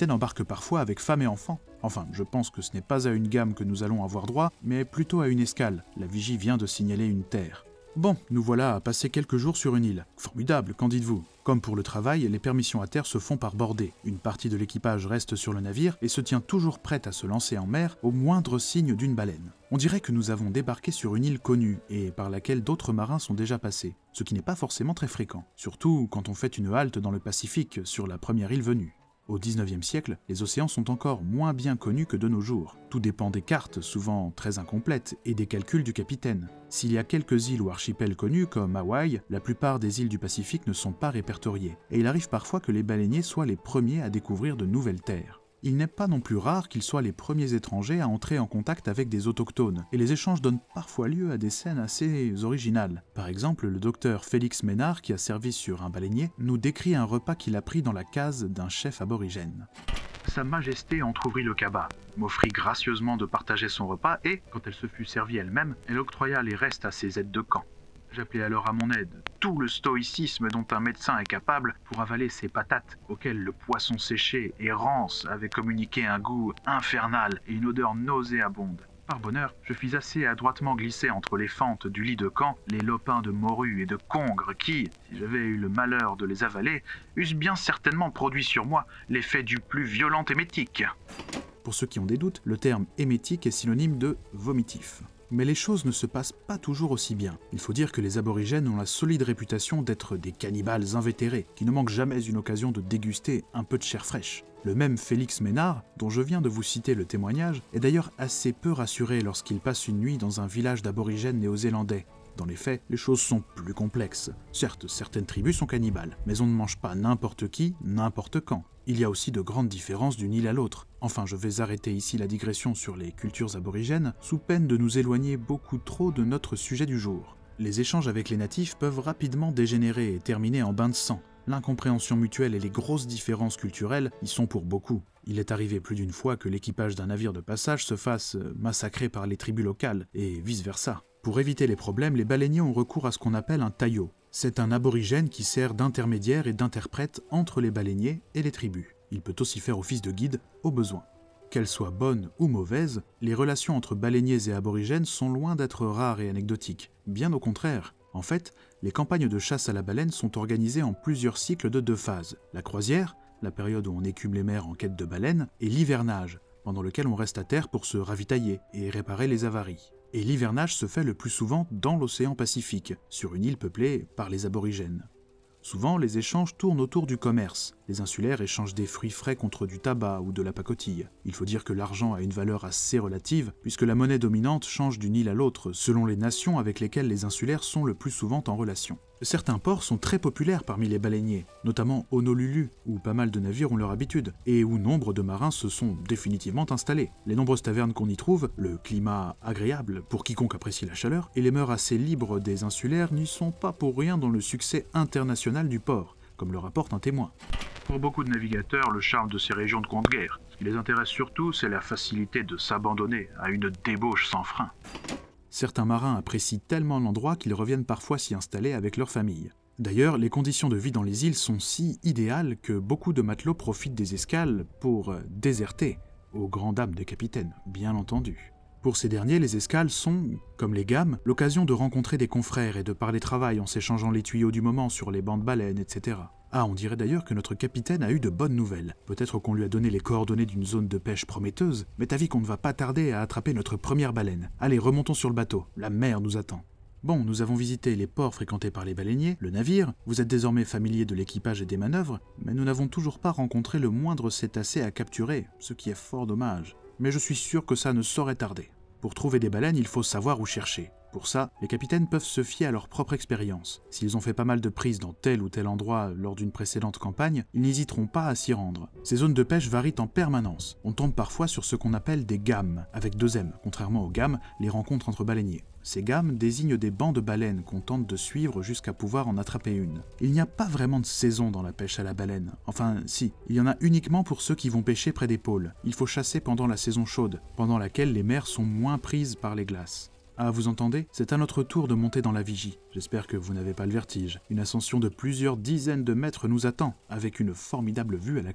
capitaine embarque parfois avec femme et enfants. Enfin, je pense que ce n'est pas à une gamme que nous allons avoir droit, mais plutôt à une escale. La vigie vient de signaler une terre. Bon, nous voilà à passer quelques jours sur une île. Formidable, qu'en dites-vous? Comme pour le travail, les permissions à terre se font par bordée. Une partie de l'équipage reste sur le navire et se tient toujours prête à se lancer en mer au moindre signe d'une baleine. On dirait que nous avons débarqué sur une île connue et par laquelle d'autres marins sont déjà passés, ce qui n'est pas forcément très fréquent, surtout quand on fait une halte dans le Pacifique sur la première île venue. Au dix-neuvième siècle, les océans sont encore moins bien connus que de nos jours. Tout dépend des cartes, souvent très incomplètes, et des calculs du capitaine. S'il y a quelques îles ou archipels connus, comme Hawaï, la plupart des îles du Pacifique ne sont pas répertoriées, et il arrive parfois que les baleiniers soient les premiers à découvrir de nouvelles terres. Il n'est pas non plus rare qu'ils soient les premiers étrangers à entrer en contact avec des autochtones, et les échanges donnent parfois lieu à des scènes assez originales. Par exemple, le docteur Félix Ménard, qui a servi sur un baleinier, nous décrit un repas qu'il a pris dans la case d'un chef aborigène. Sa Majesté entr'ouvrit le cabas, m'offrit gracieusement de partager son repas et, quand elle se fut servie elle-même, elle octroya les restes à ses aides de camp. J'appelais alors à mon aide tout le stoïcisme dont un médecin est capable pour avaler ces patates auxquelles le poisson séché et rance avait communiqué un goût infernal et une odeur nauséabonde. Par bonheur, je fis assez adroitement glisser entre les fentes du lit de camp les lopins de morue et de congre qui, si j'avais eu le malheur de les avaler, eussent bien certainement produit sur moi l'effet du plus violent émétique. Pour ceux qui ont des doutes, le terme émétique est synonyme de vomitif. Mais les choses ne se passent pas toujours aussi bien. Il faut dire que les aborigènes ont la solide réputation d'être des cannibales invétérés, qui ne manquent jamais une occasion de déguster un peu de chair fraîche. Le même Félix Ménard, dont je viens de vous citer le témoignage, est d'ailleurs assez peu rassuré lorsqu'il passe une nuit dans un village d'aborigènes néo-zélandais. Dans les faits, les choses sont plus complexes. Certes, certaines tribus sont cannibales, mais on ne mange pas n'importe qui, n'importe quand. Il y a aussi de grandes différences d'une île à l'autre. Enfin, je vais arrêter ici la digression sur les cultures aborigènes, sous peine de nous éloigner beaucoup trop de notre sujet du jour. Les échanges avec les natifs peuvent rapidement dégénérer et terminer en bain de sang. L'incompréhension mutuelle et les grosses différences culturelles y sont pour beaucoup. Il est arrivé plus d'une fois que l'équipage d'un navire de passage se fasse massacrer par les tribus locales, et vice-versa. Pour éviter les problèmes, les baleiniers ont recours à ce qu'on appelle un taillot. C'est un aborigène qui sert d'intermédiaire et d'interprète entre les baleiniers et les tribus. Il peut aussi faire office de guide au besoin. Qu'elles soient bonnes ou mauvaises, les relations entre baleiniers et aborigènes sont loin d'être rares et anecdotiques. Bien au contraire. En fait, les campagnes de chasse à la baleine sont organisées en plusieurs cycles de deux phases. La croisière, la période où on écume les mers en quête de baleines, et l'hivernage, pendant lequel on reste à terre pour se ravitailler et réparer les avaries. Et l'hivernage se fait le plus souvent dans l'océan Pacifique, sur une île peuplée par les aborigènes. Souvent, les échanges tournent autour du commerce. Les insulaires échangent des fruits frais contre du tabac ou de la pacotille. Il faut dire que l'argent a une valeur assez relative, puisque la monnaie dominante change d'une île à l'autre, selon les nations avec lesquelles les insulaires sont le plus souvent en relation. Certains ports sont très populaires parmi les baleiniers, notamment Honolulu, où pas mal de navires ont leur habitude, et où nombre de marins se sont définitivement installés. Les nombreuses tavernes qu'on y trouve, le climat agréable pour quiconque apprécie la chaleur, et les mœurs assez libres des insulaires n'y sont pas pour rien dans le succès international du port, comme le rapporte un témoin. Pour beaucoup de navigateurs, le charme de ces régions de compte-guerre, ce qui les intéresse surtout, c'est la facilité de s'abandonner à une débauche sans frein. Certains marins apprécient tellement l'endroit qu'ils reviennent parfois s'y installer avec leur famille. D'ailleurs, les conditions de vie dans les îles sont si idéales que beaucoup de matelots profitent des escales pour déserter, aux grandes dames des capitaines, bien entendu. Pour ces derniers, les escales sont, comme les gammes, l'occasion de rencontrer des confrères et de parler travail en s'échangeant les tuyaux du moment sur les bancs de baleines, et cetera. Ah, on dirait d'ailleurs que notre capitaine a eu de bonnes nouvelles. Peut-être qu'on lui a donné les coordonnées d'une zone de pêche prometteuse, mais t'as vu qu'on ne va pas tarder à attraper notre première baleine. Allez, remontons sur le bateau, la mer nous attend. Bon, nous avons visité les ports fréquentés par les baleiniers, le navire, vous êtes désormais familier de l'équipage et des manœuvres, mais nous n'avons toujours pas rencontré le moindre cétacé à capturer, ce qui est fort dommage. Mais je suis sûr que ça ne saurait tarder. Pour trouver des baleines, il faut savoir où chercher. Pour ça, les capitaines peuvent se fier à leur propre expérience. S'ils ont fait pas mal de prises dans tel ou tel endroit lors d'une précédente campagne, ils n'hésiteront pas à s'y rendre. Ces zones de pêche varient en permanence. On tombe parfois sur ce qu'on appelle des gammes, avec deux M, contrairement aux gammes, les rencontres entre baleiniers. Ces gammes désignent des bancs de baleines qu'on tente de suivre jusqu'à pouvoir en attraper une. Il n'y a pas vraiment de saison dans la pêche à la baleine. Enfin, si, il y en a uniquement pour ceux qui vont pêcher près des pôles. Il faut chasser pendant la saison chaude, pendant laquelle les mers sont moins prises par les glaces. Ah, vous entendez? C'est à notre tour de monter dans la vigie. J'espère que vous n'avez pas le vertige. Une ascension de plusieurs dizaines de mètres nous attend, avec une formidable vue à la clé.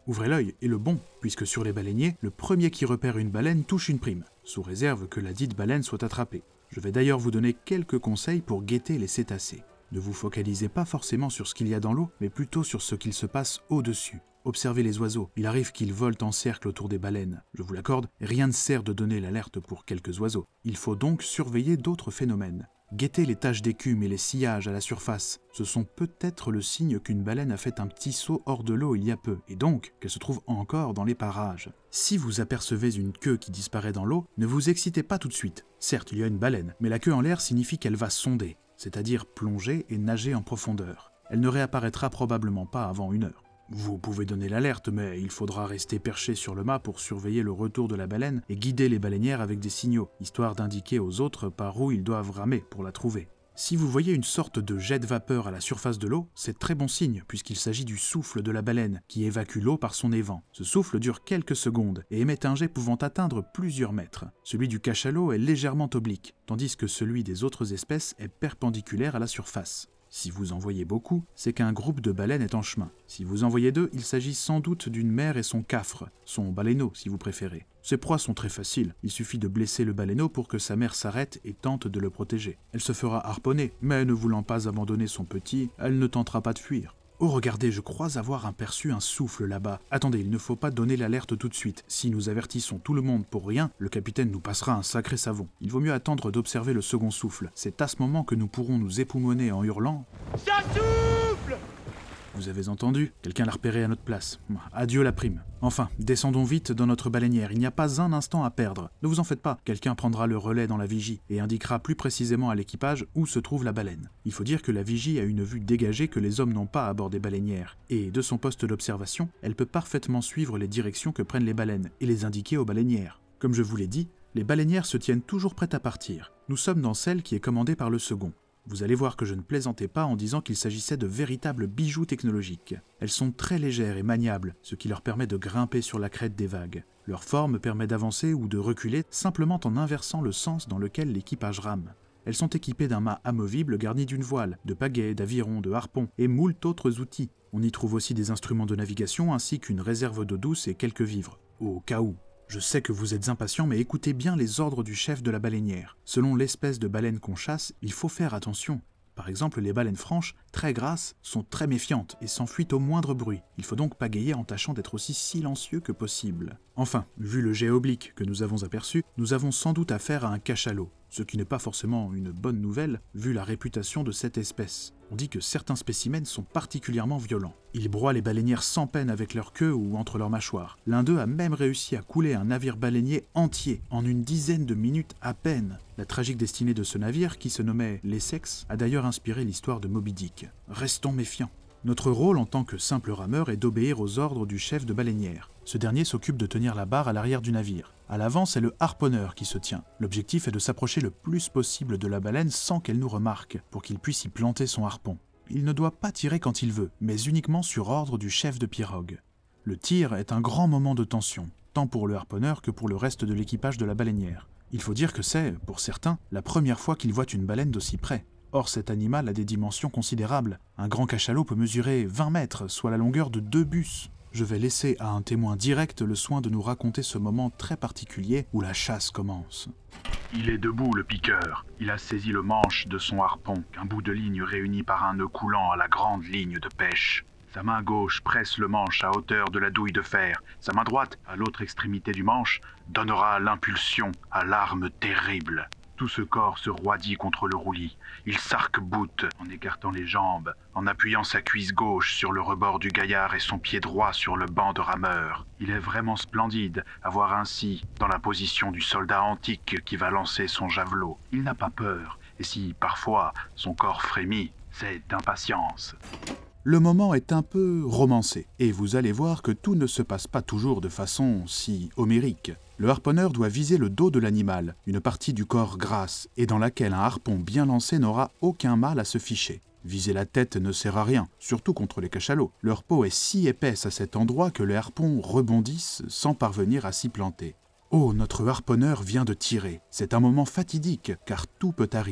Ouvrez l'œil, et le bon, puisque sur les baleiniers, le premier qui repère une baleine touche une prime, sous réserve que la dite baleine soit attrapée. Je vais d'ailleurs vous donner quelques conseils pour guetter les cétacés. Ne vous focalisez pas forcément sur ce qu'il y a dans l'eau, mais plutôt sur ce qu'il se passe au-dessus. Observez les oiseaux, il arrive qu'ils volent en cercle autour des baleines. Je vous l'accorde, rien ne sert de donner l'alerte pour quelques oiseaux. Il faut donc surveiller d'autres phénomènes. Guettez les taches d'écume et les sillages à la surface. Ce sont peut-être le signe qu'une baleine a fait un petit saut hors de l'eau il y a peu, et donc qu'elle se trouve encore dans les parages. Si vous apercevez une queue qui disparaît dans l'eau, ne vous excitez pas tout de suite. Certes, il y a une baleine, mais la queue en l'air signifie qu'elle va sonder, c'est-à-dire plonger et nager en profondeur. Elle ne réapparaîtra probablement pas avant une heure. Vous pouvez donner l'alerte, mais il faudra rester perché sur le mât pour surveiller le retour de la baleine et guider les baleinières avec des signaux, histoire d'indiquer aux autres par où ils doivent ramer pour la trouver. Si vous voyez une sorte de jet de vapeur à la surface de l'eau, c'est très bon signe puisqu'il s'agit du souffle de la baleine qui évacue l'eau par son évent. Ce souffle dure quelques secondes et émet un jet pouvant atteindre plusieurs mètres. Celui du cachalot est légèrement oblique, tandis que celui des autres espèces est perpendiculaire à la surface. Si vous en voyez beaucoup, c'est qu'un groupe de baleines est en chemin. Si vous en voyez deux, il s'agit sans doute d'une mère et son cafre, son baleineau si vous préférez. Ces proies sont très faciles, il suffit de blesser le baleineau pour que sa mère s'arrête et tente de le protéger. Elle se fera harponner, mais ne voulant pas abandonner son petit, elle ne tentera pas de fuir. Oh regardez, je crois avoir aperçu un souffle là-bas. Attendez, il ne faut pas donner l'alerte tout de suite. Si nous avertissons tout le monde pour rien, le capitaine nous passera un sacré savon. Il vaut mieux attendre d'observer le second souffle. C'est à ce moment que nous pourrons nous époumoner en hurlant « Ça souffle !» Vous avez entendu? Quelqu'un l'a repéré à notre place. Adieu la prime. Enfin, descendons vite dans notre baleinière, il n'y a pas un instant à perdre. Ne vous en faites pas, quelqu'un prendra le relais dans la vigie et indiquera plus précisément à l'équipage où se trouve la baleine. Il faut dire que la vigie a une vue dégagée que les hommes n'ont pas à bord des baleinières, et de son poste d'observation, elle peut parfaitement suivre les directions que prennent les baleines et les indiquer aux baleinières. Comme je vous l'ai dit, les baleinières se tiennent toujours prêtes à partir. Nous sommes dans celle qui est commandée par le second. Vous allez voir que je ne plaisantais pas en disant qu'il s'agissait de véritables bijoux technologiques. Elles sont très légères et maniables, ce qui leur permet de grimper sur la crête des vagues. Leur forme permet d'avancer ou de reculer simplement en inversant le sens dans lequel l'équipage rame. Elles sont équipées d'un mât amovible garni d'une voile, de pagaies, d'avirons, de harpons et moult autres outils. On y trouve aussi des instruments de navigation ainsi qu'une réserve d'eau douce et quelques vivres, au cas où. Je sais que vous êtes impatients, mais écoutez bien les ordres du chef de la baleinière. Selon l'espèce de baleine qu'on chasse, il faut faire attention. Par exemple, les baleines franches, très grasses, sont très méfiantes et s'enfuient au moindre bruit. Il faut donc pagayer en tâchant d'être aussi silencieux que possible. Enfin, vu le jet oblique que nous avons aperçu, nous avons sans doute affaire à un cachalot, ce qui n'est pas forcément une bonne nouvelle vu la réputation de cette espèce. On dit que certains spécimens sont particulièrement violents. Ils broient les baleinières sans peine avec leur queue ou entre leurs mâchoires. L'un d'eux a même réussi à couler un navire baleinier entier en une dizaine de minutes à peine. La tragique destinée de ce navire, qui se nommait l'Essex, a d'ailleurs inspiré l'histoire de Moby Dick. Restons méfiants. Notre rôle en tant que simple rameur est d'obéir aux ordres du chef de baleinière. Ce dernier s'occupe de tenir la barre à l'arrière du navire. À l'avant, c'est le harponneur qui se tient. L'objectif est de s'approcher le plus possible de la baleine sans qu'elle nous remarque, pour qu'il puisse y planter son harpon. Il ne doit pas tirer quand il veut, mais uniquement sur ordre du chef de pirogue. Le tir est un grand moment de tension, tant pour le harponneur que pour le reste de l'équipage de la baleinière. Il faut dire que c'est, pour certains, la première fois qu'ils voient une baleine d'aussi près. Or, cet animal a des dimensions considérables. Un grand cachalot peut mesurer vingt mètres, soit la longueur de deux bus. Je vais laisser à un témoin direct le soin de nous raconter ce moment très particulier où la chasse commence. Il est debout, le piqueur. Il a saisi le manche de son harpon, qu'un bout de ligne réuni par un nœud coulant à la grande ligne de pêche. Sa main gauche presse le manche à hauteur de la douille de fer. Sa main droite, à l'autre extrémité du manche, donnera l'impulsion à l'arme terrible. Tout ce corps se roidit contre le roulis. Il s'arc-boute en écartant les jambes, en appuyant sa cuisse gauche sur le rebord du gaillard et son pied droit sur le banc de rameur. Il est vraiment splendide à voir ainsi dans la position du soldat antique qui va lancer son javelot. Il n'a pas peur, et si parfois son corps frémit, c'est d'impatience. Le moment est un peu romancé, et vous allez voir que tout ne se passe pas toujours de façon si homérique. Le harponneur doit viser le dos de l'animal, une partie du corps grasse, et dans laquelle un harpon bien lancé n'aura aucun mal à se ficher. Viser la tête ne sert à rien, surtout contre les cachalots. Leur peau est si épaisse à cet endroit que les harpons rebondissent sans parvenir à s'y planter. Oh, notre harponneur vient de tirer. C'est un moment fatidique, car tout peut arriver.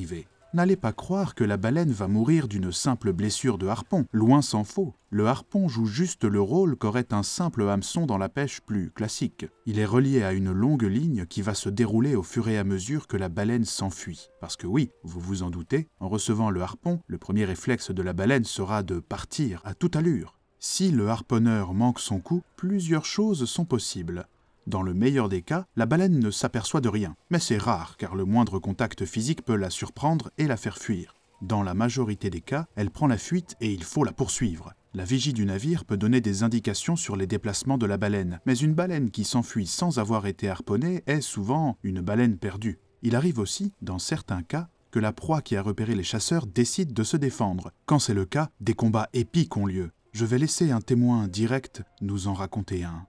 N'allez pas croire que la baleine va mourir d'une simple blessure de harpon, loin s'en faut. Le harpon joue juste le rôle qu'aurait un simple hameçon dans la pêche plus classique. Il est relié à une longue ligne qui va se dérouler au fur et à mesure que la baleine s'enfuit. Parce que oui, vous vous en doutez, en recevant le harpon, le premier réflexe de la baleine sera de partir à toute allure. Si le harponneur manque son coup, plusieurs choses sont possibles. Dans le meilleur des cas, la baleine ne s'aperçoit de rien, mais c'est rare car le moindre contact physique peut la surprendre et la faire fuir. Dans la majorité des cas, elle prend la fuite et il faut la poursuivre. La vigie du navire peut donner des indications sur les déplacements de la baleine, mais une baleine qui s'enfuit sans avoir été harponnée est souvent une baleine perdue. Il arrive aussi, dans certains cas, que la proie qui a repéré les chasseurs décide de se défendre. Quand c'est le cas, des combats épiques ont lieu. Je vais laisser un témoin direct nous en raconter un.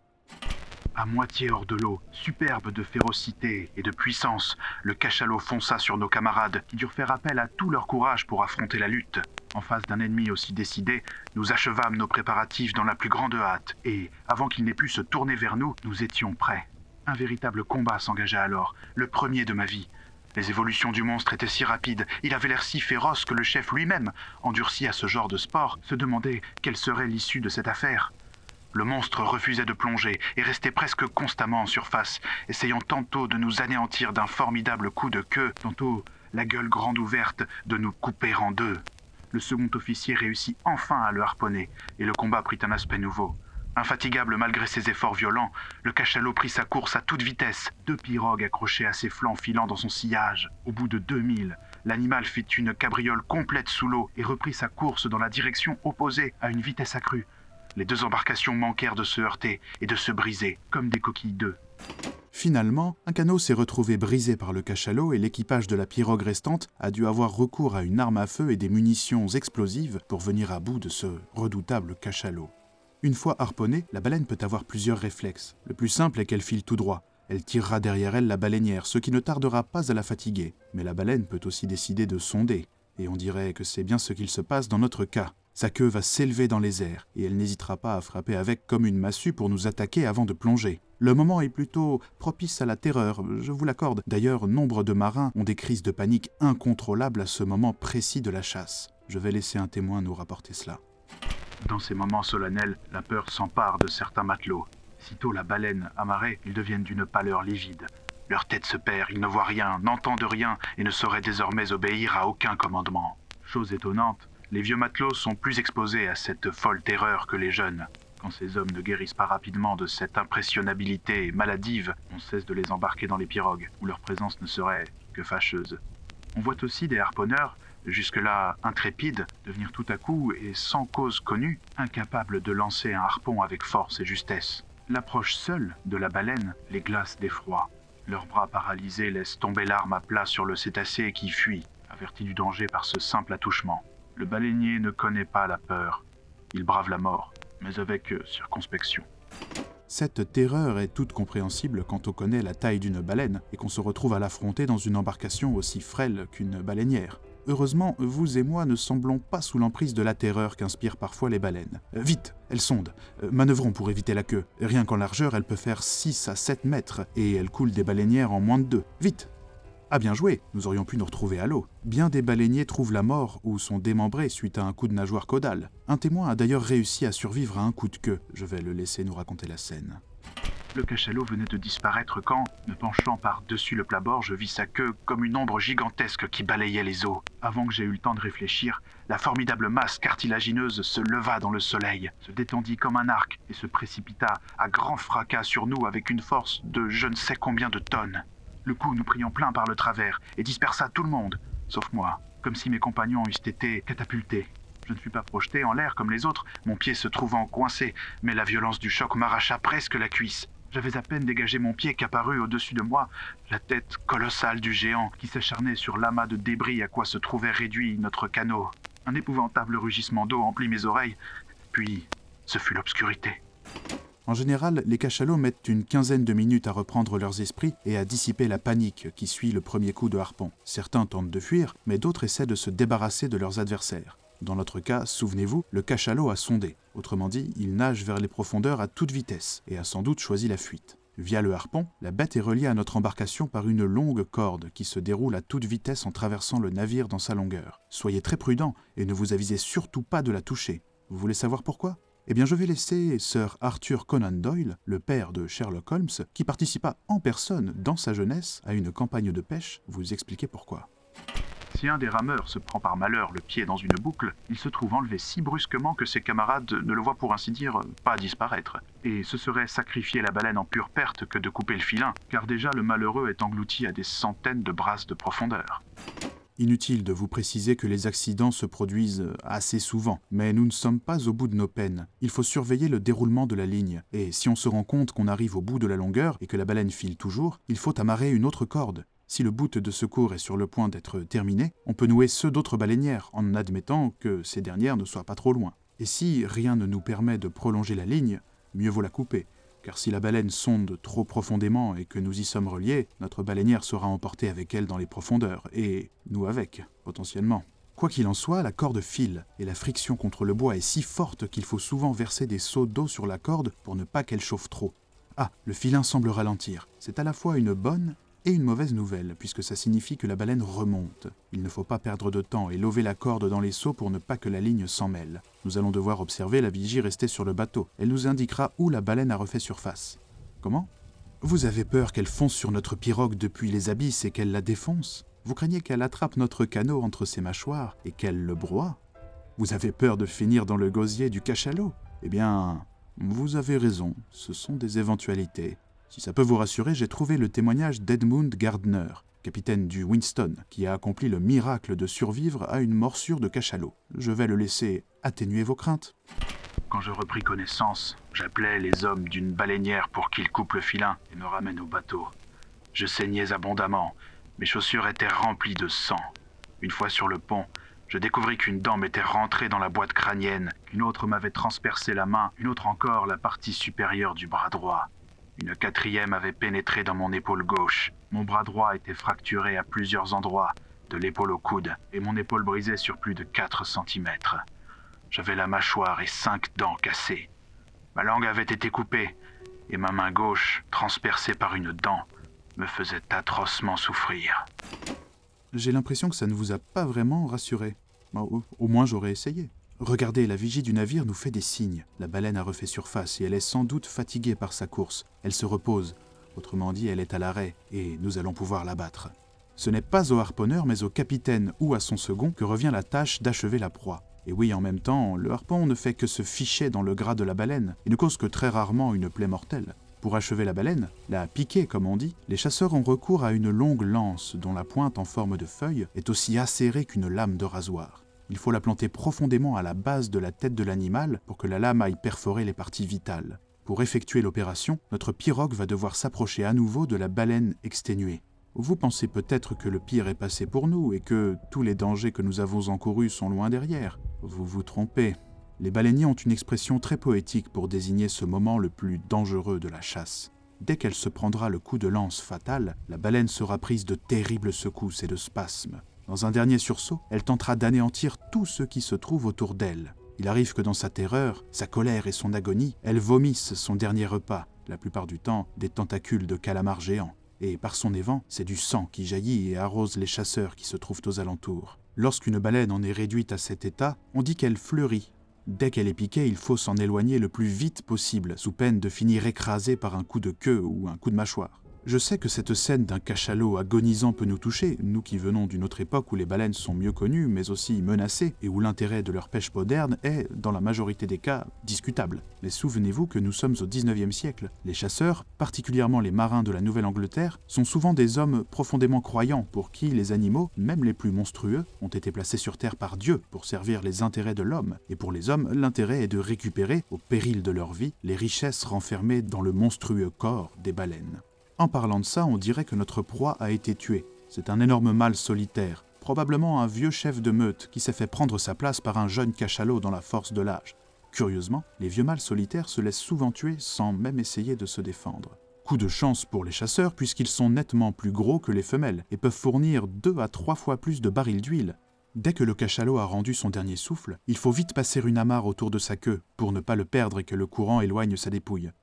À moitié hors de l'eau, superbe de férocité et de puissance, le cachalot fonça sur nos camarades qui durent faire appel à tout leur courage pour affronter la lutte. En face d'un ennemi aussi décidé, nous achevâmes nos préparatifs dans la plus grande hâte et, avant qu'il n'ait pu se tourner vers nous, nous étions prêts. Un véritable combat s'engagea alors, le premier de ma vie. Les évolutions du monstre étaient si rapides, il avait l'air si féroce que le chef lui-même, endurci à ce genre de sport, se demandait quelle serait l'issue de cette affaire. Le monstre refusait de plonger et restait presque constamment en surface, essayant tantôt de nous anéantir d'un formidable coup de queue, tantôt, la gueule grande ouverte, de nous couper en deux. Le second officier réussit enfin à le harponner, et le combat prit un aspect nouveau. Infatigable malgré ses efforts violents, le cachalot prit sa course à toute vitesse, deux pirogues accrochées à ses flancs filant dans son sillage. Au bout de deux milles, l'animal fit une cabriole complète sous l'eau et reprit sa course dans la direction opposée à une vitesse accrue. Les deux embarcations manquèrent de se heurter et de se briser, comme des coquilles d'œufs. Finalement, un canot s'est retrouvé brisé par le cachalot et l'équipage de la pirogue restante a dû avoir recours à une arme à feu et des munitions explosives pour venir à bout de ce redoutable cachalot. Une fois harponnée, la baleine peut avoir plusieurs réflexes. Le plus simple est qu'elle file tout droit. Elle tirera derrière elle la baleinière, ce qui ne tardera pas à la fatiguer. Mais la baleine peut aussi décider de sonder. Et on dirait que c'est bien ce qu'il se passe dans notre cas. Sa queue va s'élever dans les airs, et elle n'hésitera pas à frapper avec comme une massue pour nous attaquer avant de plonger. Le moment est plutôt propice à la terreur, je vous l'accorde. D'ailleurs, nombre de marins ont des crises de panique incontrôlables à ce moment précis de la chasse. Je vais laisser un témoin nous rapporter cela. Dans ces moments solennels, la peur s'empare de certains matelots. Sitôt la baleine amarrée, ils deviennent d'une pâleur livide. Leur tête se perd, ils ne voient rien, n'entendent rien et ne sauraient désormais obéir à aucun commandement. Chose étonnante, les vieux matelots sont plus exposés à cette folle terreur que les jeunes. Quand ces hommes ne guérissent pas rapidement de cette impressionnabilité maladive, on cesse de les embarquer dans les pirogues, où leur présence ne serait que fâcheuse. On voit aussi des harponneurs, jusque-là intrépides, devenir tout à coup, et sans cause connue, incapables de lancer un harpon avec force et justesse. L'approche seule de la baleine les glace d'effroi. Leurs bras paralysés laissent tomber l'arme à plat sur le cétacé qui fuit, averti du danger par ce simple attouchement. Le baleinier ne connaît pas la peur. Il brave la mort, mais avec circonspection. Cette terreur est toute compréhensible quand on connaît la taille d'une baleine et qu'on se retrouve à l'affronter dans une embarcation aussi frêle qu'une baleinière. Heureusement, vous et moi ne semblons pas sous l'emprise de la terreur qu'inspirent parfois les baleines. Euh, vite, elles sondent. Euh, manœuvrons pour éviter la queue. Rien qu'en largeur, elle peut faire six à sept mètres et elle coule des baleinières en moins de deux. Vite! Ah bien joué, nous aurions pu nous retrouver à l'eau. Bien des baleiniers trouvent la mort ou sont démembrés suite à un coup de nageoire caudale. Un témoin a d'ailleurs réussi à survivre à un coup de queue. Je vais le laisser nous raconter la scène. Le cachalot venait de disparaître quand, me penchant par-dessus le plat-bord, je vis sa queue comme une ombre gigantesque qui balayait les eaux. Avant que j'aie eu le temps de réfléchir, la formidable masse cartilagineuse se leva dans le soleil, se détendit comme un arc et se précipita à grand fracas sur nous avec une force de je ne sais combien de tonnes. Le coup nous prit en plein par le travers et dispersa tout le monde, sauf moi, comme si mes compagnons eussent été catapultés. Je ne fus pas projeté en l'air comme les autres, mon pied se trouvant coincé, mais la violence du choc m'arracha presque la cuisse. J'avais à peine dégagé mon pied qu'apparut au-dessus de moi la tête colossale du géant qui s'acharnait sur l'amas de débris à quoi se trouvait réduit notre canot. Un épouvantable rugissement d'eau emplit mes oreilles, puis ce fut l'obscurité. En général, les cachalots mettent une quinzaine de minutes à reprendre leurs esprits et à dissiper la panique qui suit le premier coup de harpon. Certains tentent de fuir, mais d'autres essaient de se débarrasser de leurs adversaires. Dans notre cas, souvenez-vous, le cachalot a sondé. Autrement dit, il nage vers les profondeurs à toute vitesse et a sans doute choisi la fuite. Via le harpon, la bête est reliée à notre embarcation par une longue corde qui se déroule à toute vitesse en traversant le navire dans sa longueur. Soyez très prudents et ne vous avisez surtout pas de la toucher. Vous voulez savoir pourquoi ? Eh bien, je vais laisser Sir Arthur Conan Doyle, le père de Sherlock Holmes, qui participa en personne, dans sa jeunesse, à une campagne de pêche, vous expliquer pourquoi. Si un des rameurs se prend par malheur le pied dans une boucle, il se trouve enlevé si brusquement que ses camarades ne le voient pour ainsi dire pas disparaître. Et ce serait sacrifier la baleine en pure perte que de couper le filin, car déjà le malheureux est englouti à des centaines de brasses de profondeur. Inutile de vous préciser que les accidents se produisent assez souvent, mais nous ne sommes pas au bout de nos peines. Il faut surveiller le déroulement de la ligne, et si on se rend compte qu'on arrive au bout de la longueur et que la baleine file toujours, il faut amarrer une autre corde. Si le bout de secours est sur le point d'être terminé, on peut nouer ceux d'autres baleinières, en admettant que ces dernières ne soient pas trop loin. Et si rien ne nous permet de prolonger la ligne, mieux vaut la couper. Car si la baleine sonde trop profondément et que nous y sommes reliés, notre baleinière sera emportée avec elle dans les profondeurs, et nous avec, potentiellement. Quoi qu'il en soit, la corde file, et la friction contre le bois est si forte qu'il faut souvent verser des seaux d'eau sur la corde pour ne pas qu'elle chauffe trop. Ah, le filin semble ralentir. C'est à la fois une bonne et une mauvaise nouvelle, puisque ça signifie que la baleine remonte. Il ne faut pas perdre de temps et lever la corde dans les seaux pour ne pas que la ligne s'en mêle. Nous allons devoir observer la vigie restée sur le bateau. Elle nous indiquera où la baleine a refait surface. Comment ? Vous avez peur qu'elle fonce sur notre pirogue depuis les abysses et qu'elle la défonce ? Vous craignez qu'elle attrape notre canot entre ses mâchoires et qu'elle le broie ? Vous avez peur de finir dans le gosier du cachalot ? Eh bien, vous avez raison, ce sont des éventualités. Si ça peut vous rassurer, j'ai trouvé le témoignage d'Edmund Gardner, capitaine du Winston, qui a accompli le miracle de survivre à une morsure de cachalot. Je vais le laisser atténuer vos craintes. Quand je repris connaissance, j'appelai les hommes d'une baleinière pour qu'ils coupent le filin et me ramènent au bateau. Je saignais abondamment, mes chaussures étaient remplies de sang. Une fois sur le pont, je découvris qu'une dent m'était rentrée dans la boîte crânienne, qu'une autre m'avait transpercé la main, une autre encore la partie supérieure du bras droit. Une quatrième avait pénétré dans mon épaule gauche. Mon bras droit était fracturé à plusieurs endroits, de l'épaule au coude, et mon épaule brisée sur plus de quatre centimètres. J'avais la mâchoire et cinq dents cassées. Ma langue avait été coupée, et ma main gauche, transpercée par une dent, me faisait atrocement souffrir. J'ai l'impression que ça ne vous a pas vraiment rassuré. Au, au moins j'aurais essayé. Regardez, la vigie du navire nous fait des signes. La baleine a refait surface et elle est sans doute fatiguée par sa course. Elle se repose. Autrement dit, elle est à l'arrêt et nous allons pouvoir l'abattre. Ce n'est pas au harponneur mais au capitaine ou à son second que revient la tâche d'achever la proie. Et oui, en même temps, le harpon ne fait que se ficher dans le gras de la baleine et ne cause que très rarement une plaie mortelle. Pour achever la baleine, la piquer comme on dit, les chasseurs ont recours à une longue lance dont la pointe en forme de feuille est aussi acérée qu'une lame de rasoir. Il faut la planter profondément à la base de la tête de l'animal pour que la lame aille perforer les parties vitales. Pour effectuer l'opération, notre pirogue va devoir s'approcher à nouveau de la baleine exténuée. Vous pensez peut-être que le pire est passé pour nous et que tous les dangers que nous avons encourus sont loin derrière. Vous vous trompez. Les baleiniers ont une expression très poétique pour désigner ce moment le plus dangereux de la chasse. Dès qu'elle se prendra le coup de lance fatal, la baleine sera prise de terribles secousses et de spasmes. Dans un dernier sursaut, elle tentera d'anéantir tout ce qui se trouve autour d'elle. Il arrive que dans sa terreur, sa colère et son agonie, elle vomisse son dernier repas, la plupart du temps des tentacules de calamar géants. Et par son évent, c'est du sang qui jaillit et arrose les chasseurs qui se trouvent aux alentours. Lorsqu'une baleine en est réduite à cet état, on dit qu'elle fleurit. Dès qu'elle est piquée, il faut s'en éloigner le plus vite possible, sous peine de finir écrasé par un coup de queue ou un coup de mâchoire. Je sais que cette scène d'un cachalot agonisant peut nous toucher, nous qui venons d'une autre époque où les baleines sont mieux connues, mais aussi menacées, et où l'intérêt de leur pêche moderne est, dans la majorité des cas, discutable. Mais souvenez-vous que nous sommes au dix-neuvième siècle. Les chasseurs, particulièrement les marins de la Nouvelle-Angleterre, sont souvent des hommes profondément croyants pour qui les animaux, même les plus monstrueux, ont été placés sur Terre par Dieu pour servir les intérêts de l'homme. Et pour les hommes, l'intérêt est de récupérer, au péril de leur vie, les richesses renfermées dans le monstrueux corps des baleines. En parlant de ça, on dirait que notre proie a été tuée. C'est un énorme mâle solitaire, probablement un vieux chef de meute qui s'est fait prendre sa place par un jeune cachalot dans la force de l'âge. Curieusement, les vieux mâles solitaires se laissent souvent tuer sans même essayer de se défendre. Coup de chance pour les chasseurs puisqu'ils sont nettement plus gros que les femelles et peuvent fournir deux à trois fois plus de barils d'huile. Dès que le cachalot a rendu son dernier souffle, il faut vite passer une amarre autour de sa queue pour ne pas le perdre et que le courant éloigne sa dépouille.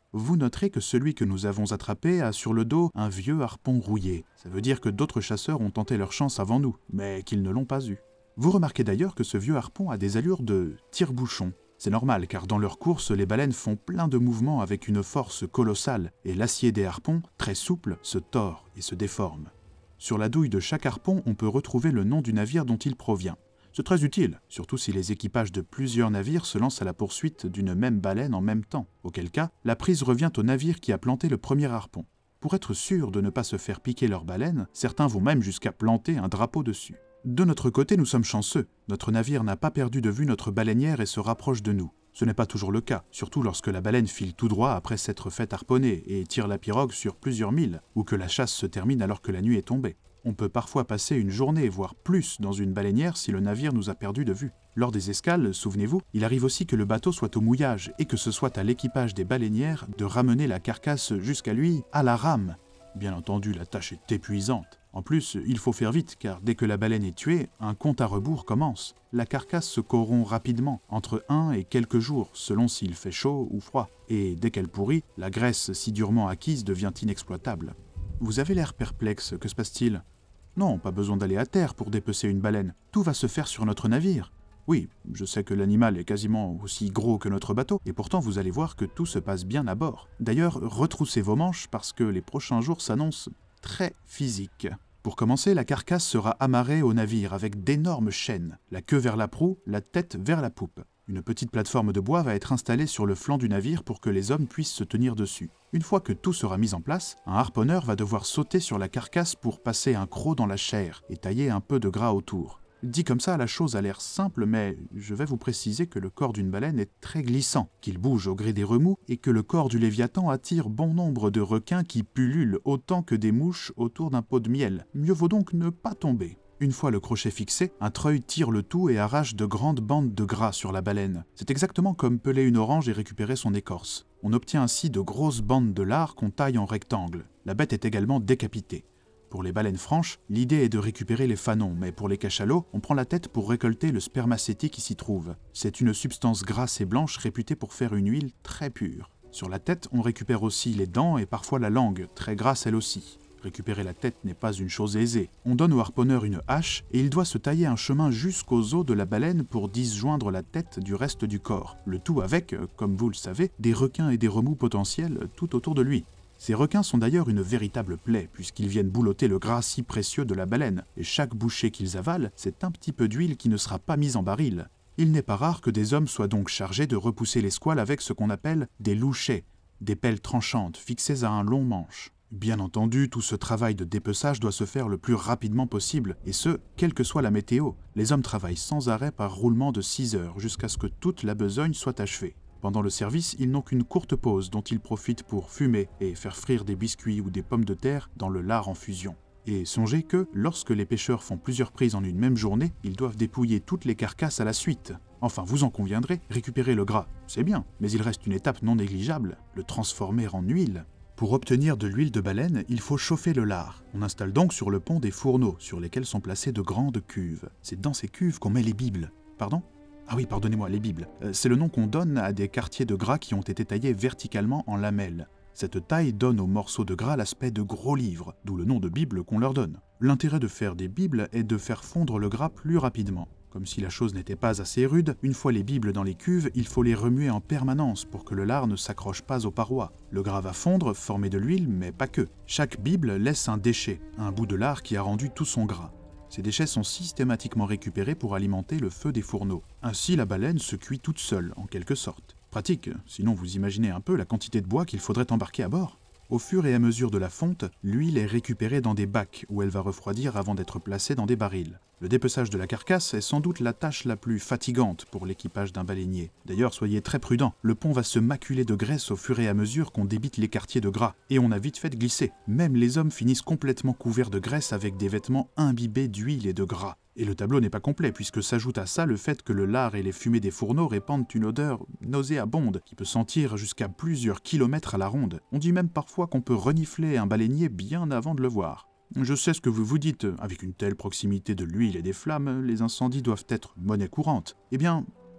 vous noterez que celui que nous avons attrapé a sur le dos un vieux harpon rouillé. Ça veut dire que d'autres chasseurs ont tenté leur chance avant nous, mais qu'ils ne l'ont pas eu. Vous remarquez d'ailleurs que ce vieux harpon a des allures de tire-bouchon. C'est normal, car dans leur course, les baleines font plein de mouvements avec une force colossale, et l'acier des harpons, très souple, se tord et se déforme. Sur la douille de chaque harpon, on peut retrouver le nom du navire dont il provient. C'est très utile, surtout si les équipages de plusieurs navires se lancent à la poursuite d'une même baleine en même temps, auquel cas, la prise revient au navire qui a planté le premier harpon. Pour être sûr de ne pas se faire piquer leur baleine, certains vont même jusqu'à planter un drapeau dessus. De notre côté, nous sommes chanceux. Notre navire n'a pas perdu de vue notre baleinière et se rapproche de nous. Ce n'est pas toujours le cas, surtout lorsque la baleine file tout droit après s'être faite harponner et tire la pirogue sur plusieurs milles, ou que la chasse se termine alors que la nuit est tombée. On peut parfois passer une journée, voire plus, dans une baleinière si le navire nous a perdu de vue. Lors des escales, souvenez-vous, il arrive aussi que le bateau soit au mouillage et que ce soit à l'équipage des baleinières de ramener la carcasse jusqu'à lui à la rame. Bien entendu, la tâche est épuisante. En plus, il faut faire vite, car dès que la baleine est tuée, un compte à rebours commence. La carcasse se corrompt rapidement, entre un et quelques jours, selon s'il fait chaud ou froid. Et dès qu'elle pourrit, la graisse si durement acquise devient inexploitable. Vous avez l'air perplexe, que se passe-t-il ? Non, pas besoin d'aller à terre pour dépecer une baleine. Tout va se faire sur notre navire. Oui, je sais que l'animal est quasiment aussi gros que notre bateau, et pourtant vous allez voir que tout se passe bien à bord. D'ailleurs, retroussez vos manches parce que les prochains jours s'annoncent très physiques. Pour commencer, la carcasse sera amarrée au navire avec d'énormes chaînes, la queue vers la proue, la tête vers la poupe. Une petite plateforme de bois va être installée sur le flanc du navire pour que les hommes puissent se tenir dessus. Une fois que tout sera mis en place, un harponneur va devoir sauter sur la carcasse pour passer un croc dans la chair et tailler un peu de gras autour. Dit comme ça, la chose a l'air simple, mais je vais vous préciser que le corps d'une baleine est très glissant, qu'il bouge au gré des remous et que le corps du léviathan attire bon nombre de requins qui pullulent autant que des mouches autour d'un pot de miel. Mieux vaut donc ne pas tomber. Une fois le crochet fixé, un treuil tire le tout et arrache de grandes bandes de gras sur la baleine. C'est exactement comme peler une orange et récupérer son écorce. On obtient ainsi de grosses bandes de lard qu'on taille en rectangle. La bête est également décapitée. Pour les baleines franches, l'idée est de récupérer les fanons, mais pour les cachalots, on prend la tête pour récolter le spermacétie qui s'y trouve. C'est une substance grasse et blanche réputée pour faire une huile très pure. Sur la tête, on récupère aussi les dents et parfois la langue, très grasse elle aussi. Récupérer la tête n'est pas une chose aisée. On donne au harponneur une hache et il doit se tailler un chemin jusqu'aux os de la baleine pour disjoindre la tête du reste du corps. Le tout avec, comme vous le savez, des requins et des remous potentiels tout autour de lui. Ces requins sont d'ailleurs une véritable plaie puisqu'ils viennent boulotter le gras si précieux de la baleine et chaque bouchée qu'ils avalent, c'est un petit peu d'huile qui ne sera pas mise en baril. Il n'est pas rare que des hommes soient donc chargés de repousser les squales avec ce qu'on appelle des louchets, des pelles tranchantes fixées à un long manche. Bien entendu, tout ce travail de dépeçage doit se faire le plus rapidement possible, et ce, quelle que soit la météo. Les hommes travaillent sans arrêt par roulement de six heures, jusqu'à ce que toute la besogne soit achevée. Pendant le service, ils n'ont qu'une courte pause dont ils profitent pour fumer et faire frire des biscuits ou des pommes de terre dans le lard en fusion. Et songez que, lorsque les pêcheurs font plusieurs prises en une même journée, ils doivent dépouiller toutes les carcasses à la suite. Enfin, vous en conviendrez, récupérer le gras, c'est bien, mais il reste une étape non négligeable, le transformer en huile. Pour obtenir de l'huile de baleine, il faut chauffer le lard. On installe donc sur le pont des fourneaux, sur lesquels sont placées de grandes cuves. C'est dans ces cuves qu'on met les bibles. Pardon ? Ah oui, pardonnez-moi, les bibles. Euh, c'est le nom qu'on donne à des quartiers de gras qui ont été taillés verticalement en lamelles. Cette taille donne aux morceaux de gras l'aspect de gros livres, d'où le nom de bible qu'on leur donne. L'intérêt de faire des bibles est de faire fondre le gras plus rapidement. Comme si la chose n'était pas assez rude, une fois les bibles dans les cuves, il faut les remuer en permanence pour que le lard ne s'accroche pas aux parois. Le gras va fondre, former de l'huile, mais pas que. Chaque bible laisse un déchet, un bout de lard qui a rendu tout son gras. Ces déchets sont systématiquement récupérés pour alimenter le feu des fourneaux. Ainsi, la baleine se cuit toute seule, en quelque sorte. Pratique, sinon vous imaginez un peu la quantité de bois qu'il faudrait embarquer à bord. Au fur et à mesure de la fonte, l'huile est récupérée dans des bacs où elle va refroidir avant d'être placée dans des barils. Le dépeçage de la carcasse est sans doute la tâche la plus fatigante pour l'équipage d'un baleinier. D'ailleurs, soyez très prudents, le pont va se maculer de graisse au fur et à mesure qu'on débite les quartiers de gras, et on a vite fait de glisser. Même les hommes finissent complètement couverts de graisse avec des vêtements imbibés d'huile et de gras. Et le tableau n'est pas complet, puisque s'ajoute à ça le fait que le lard et les fumées des fourneaux répandent une odeur nauséabonde, qui peut sentir jusqu'à plusieurs kilomètres à la ronde. On dit même parfois qu'on peut renifler un baleinier bien avant de le voir. Je sais ce que vous vous dites, avec une telle proximité de l'huile et des flammes, les incendies doivent être monnaie courante. Eh bien,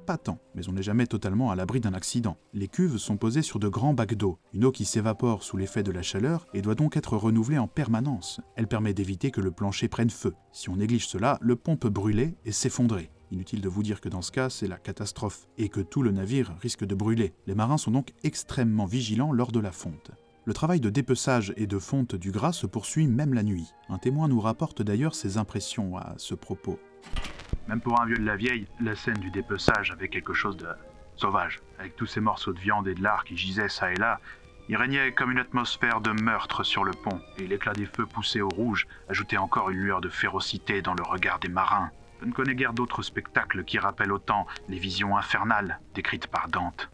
pas tant, mais on n'est jamais totalement à l'abri d'un accident. Les cuves sont posées sur de grands bacs d'eau, une eau qui s'évapore sous l'effet de la chaleur et doit donc être renouvelée en permanence. Elle permet d'éviter que le plancher prenne feu. Si on néglige cela, le pont peut brûler et s'effondrer. Inutile de vous dire que dans ce cas, c'est la catastrophe, et que tout le navire risque de brûler. Les marins sont donc extrêmement vigilants lors de la fonte. Le travail de dépeçage et de fonte du gras se poursuit même la nuit. Un témoin nous rapporte d'ailleurs ses impressions à ce propos. Même pour un vieux de la vieille, la scène du dépeçage avait quelque chose de sauvage. Avec tous ces morceaux de viande et de lard qui gisaient ça et là, il régnait comme une atmosphère de meurtre sur le pont, et l'éclat des feux poussés au rouge ajoutait encore une lueur de férocité dans le regard des marins. Je ne connais guère d'autres spectacles qui rappellent autant les visions infernales décrites par Dante.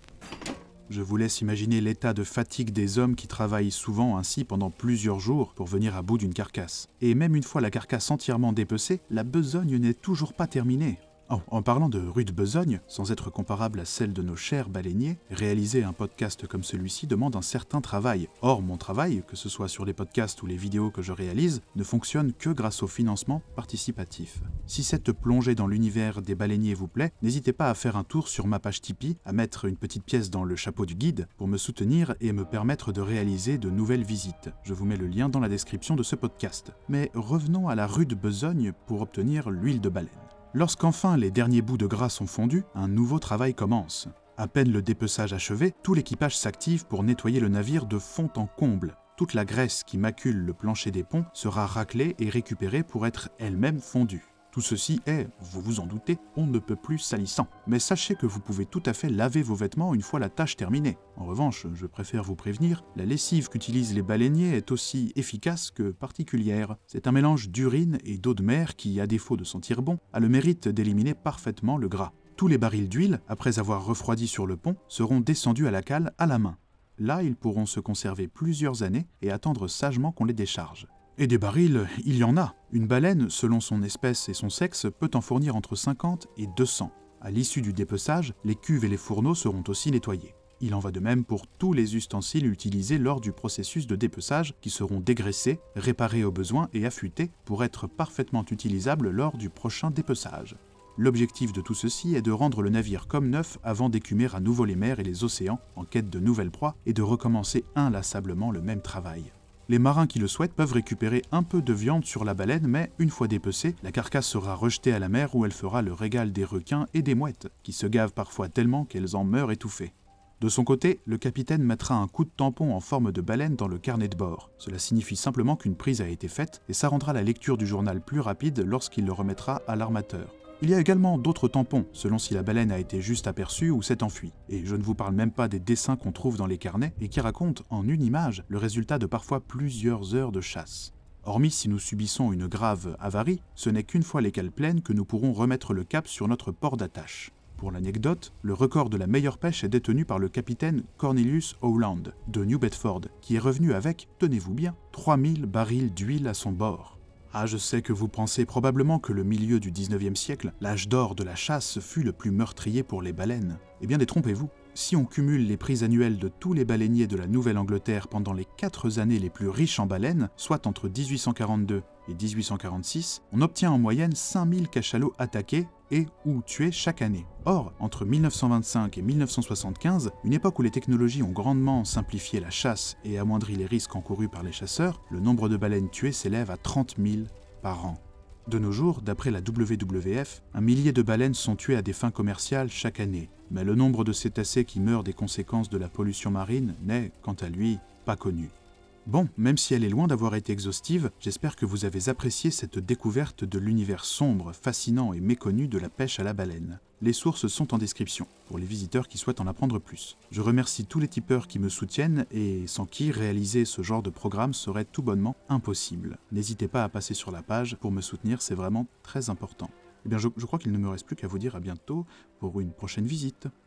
Je vous laisse imaginer l'état de fatigue des hommes qui travaillent souvent ainsi pendant plusieurs jours pour venir à bout d'une carcasse. Et même une fois la carcasse entièrement dépecée, la besogne n'est toujours pas terminée. Oh, en parlant de rude besogne, sans être comparable à celle de nos chers baleiniers, réaliser un podcast comme celui-ci demande un certain travail. Or, mon travail, que ce soit sur les podcasts ou les vidéos que je réalise, ne fonctionne que grâce au financement participatif. Si cette plongée dans l'univers des baleiniers vous plaît, n'hésitez pas à faire un tour sur ma page Tipeee, à mettre une petite pièce dans le chapeau du guide pour me soutenir et me permettre de réaliser de nouvelles visites. Je vous mets le lien dans la description de ce podcast. Mais revenons à la rude besogne pour obtenir l'huile de baleine. Lorsqu'enfin les derniers bouts de gras sont fondus, un nouveau travail commence. À peine le dépeçage achevé, tout l'équipage s'active pour nettoyer le navire de fond en comble. Toute la graisse qui macule le plancher des ponts sera raclée et récupérée pour être elle-même fondue. Tout ceci est, vous vous en doutez, on ne peut plus salissant. Mais sachez que vous pouvez tout à fait laver vos vêtements une fois la tâche terminée. En revanche, je préfère vous prévenir, la lessive qu'utilisent les baleiniers est aussi efficace que particulière. C'est un mélange d'urine et d'eau de mer qui, à défaut de sentir bon, a le mérite d'éliminer parfaitement le gras. Tous les barils d'huile, après avoir refroidi sur le pont, seront descendus à la cale à la main. Là, ils pourront se conserver plusieurs années et attendre sagement qu'on les décharge. Et des barils, il y en a. Une baleine, selon son espèce et son sexe, peut en fournir entre cinquante et deux cents. À l'issue du dépeçage, les cuves et les fourneaux seront aussi nettoyés. Il en va de même pour tous les ustensiles utilisés lors du processus de dépeçage qui seront dégraissés, réparés au besoin et affûtés pour être parfaitement utilisables lors du prochain dépeçage. L'objectif de tout ceci est de rendre le navire comme neuf avant d'écumer à nouveau les mers et les océans en quête de nouvelles proies et de recommencer inlassablement le même travail. Les marins qui le souhaitent peuvent récupérer un peu de viande sur la baleine, mais une fois dépecée, la carcasse sera rejetée à la mer où elle fera le régal des requins et des mouettes, qui se gavent parfois tellement qu'elles en meurent étouffées. De son côté, le capitaine mettra un coup de tampon en forme de baleine dans le carnet de bord. Cela signifie simplement qu'une prise a été faite et ça rendra la lecture du journal plus rapide lorsqu'il le remettra à l'armateur. Il y a également d'autres tampons, selon si la baleine a été juste aperçue ou s'est enfuie. Et je ne vous parle même pas des dessins qu'on trouve dans les carnets et qui racontent en une image le résultat de parfois plusieurs heures de chasse. Hormis si nous subissons une grave avarie, ce n'est qu'une fois les cales pleines que nous pourrons remettre le cap sur notre port d'attache. Pour l'anecdote, le record de la meilleure pêche est détenu par le capitaine Cornelius Howland de New Bedford, qui est revenu avec, tenez-vous bien, trois mille barils d'huile à son bord. Ah, je sais que vous pensez probablement que le milieu du dix-neuvième siècle, l'âge d'or de la chasse, fut le plus meurtrier pour les baleines. Eh bien, détrompez-vous. Si on cumule les prises annuelles de tous les baleiniers de la Nouvelle-Angleterre pendant les quatre années les plus riches en baleines, soit entre dix-huit cent quarante-deux et dix-huit cent quarante-six, on obtient en moyenne cinq mille cachalots attaqués et ou tués chaque année. Or, entre mille neuf cent vingt-cinq et mille neuf cent soixante-quinze, une époque où les technologies ont grandement simplifié la chasse et amoindri les risques encourus par les chasseurs, le nombre de baleines tuées s'élève à trente mille par an. De nos jours, d'après la W W F, un millier de baleines sont tuées à des fins commerciales chaque année, mais le nombre de cétacés qui meurent des conséquences de la pollution marine n'est, quant à lui, pas connu. Bon, même si elle est loin d'avoir été exhaustive, j'espère que vous avez apprécié cette découverte de l'univers sombre, fascinant et méconnu de la pêche à la baleine. Les sources sont en description, pour les visiteurs qui souhaitent en apprendre plus. Je remercie tous les tipeurs qui me soutiennent et sans qui réaliser ce genre de programme serait tout bonnement impossible. N'hésitez pas à passer sur la page pour me soutenir, c'est vraiment très important. Eh bien, je, je crois qu'il ne me reste plus qu'à vous dire à bientôt pour une prochaine visite.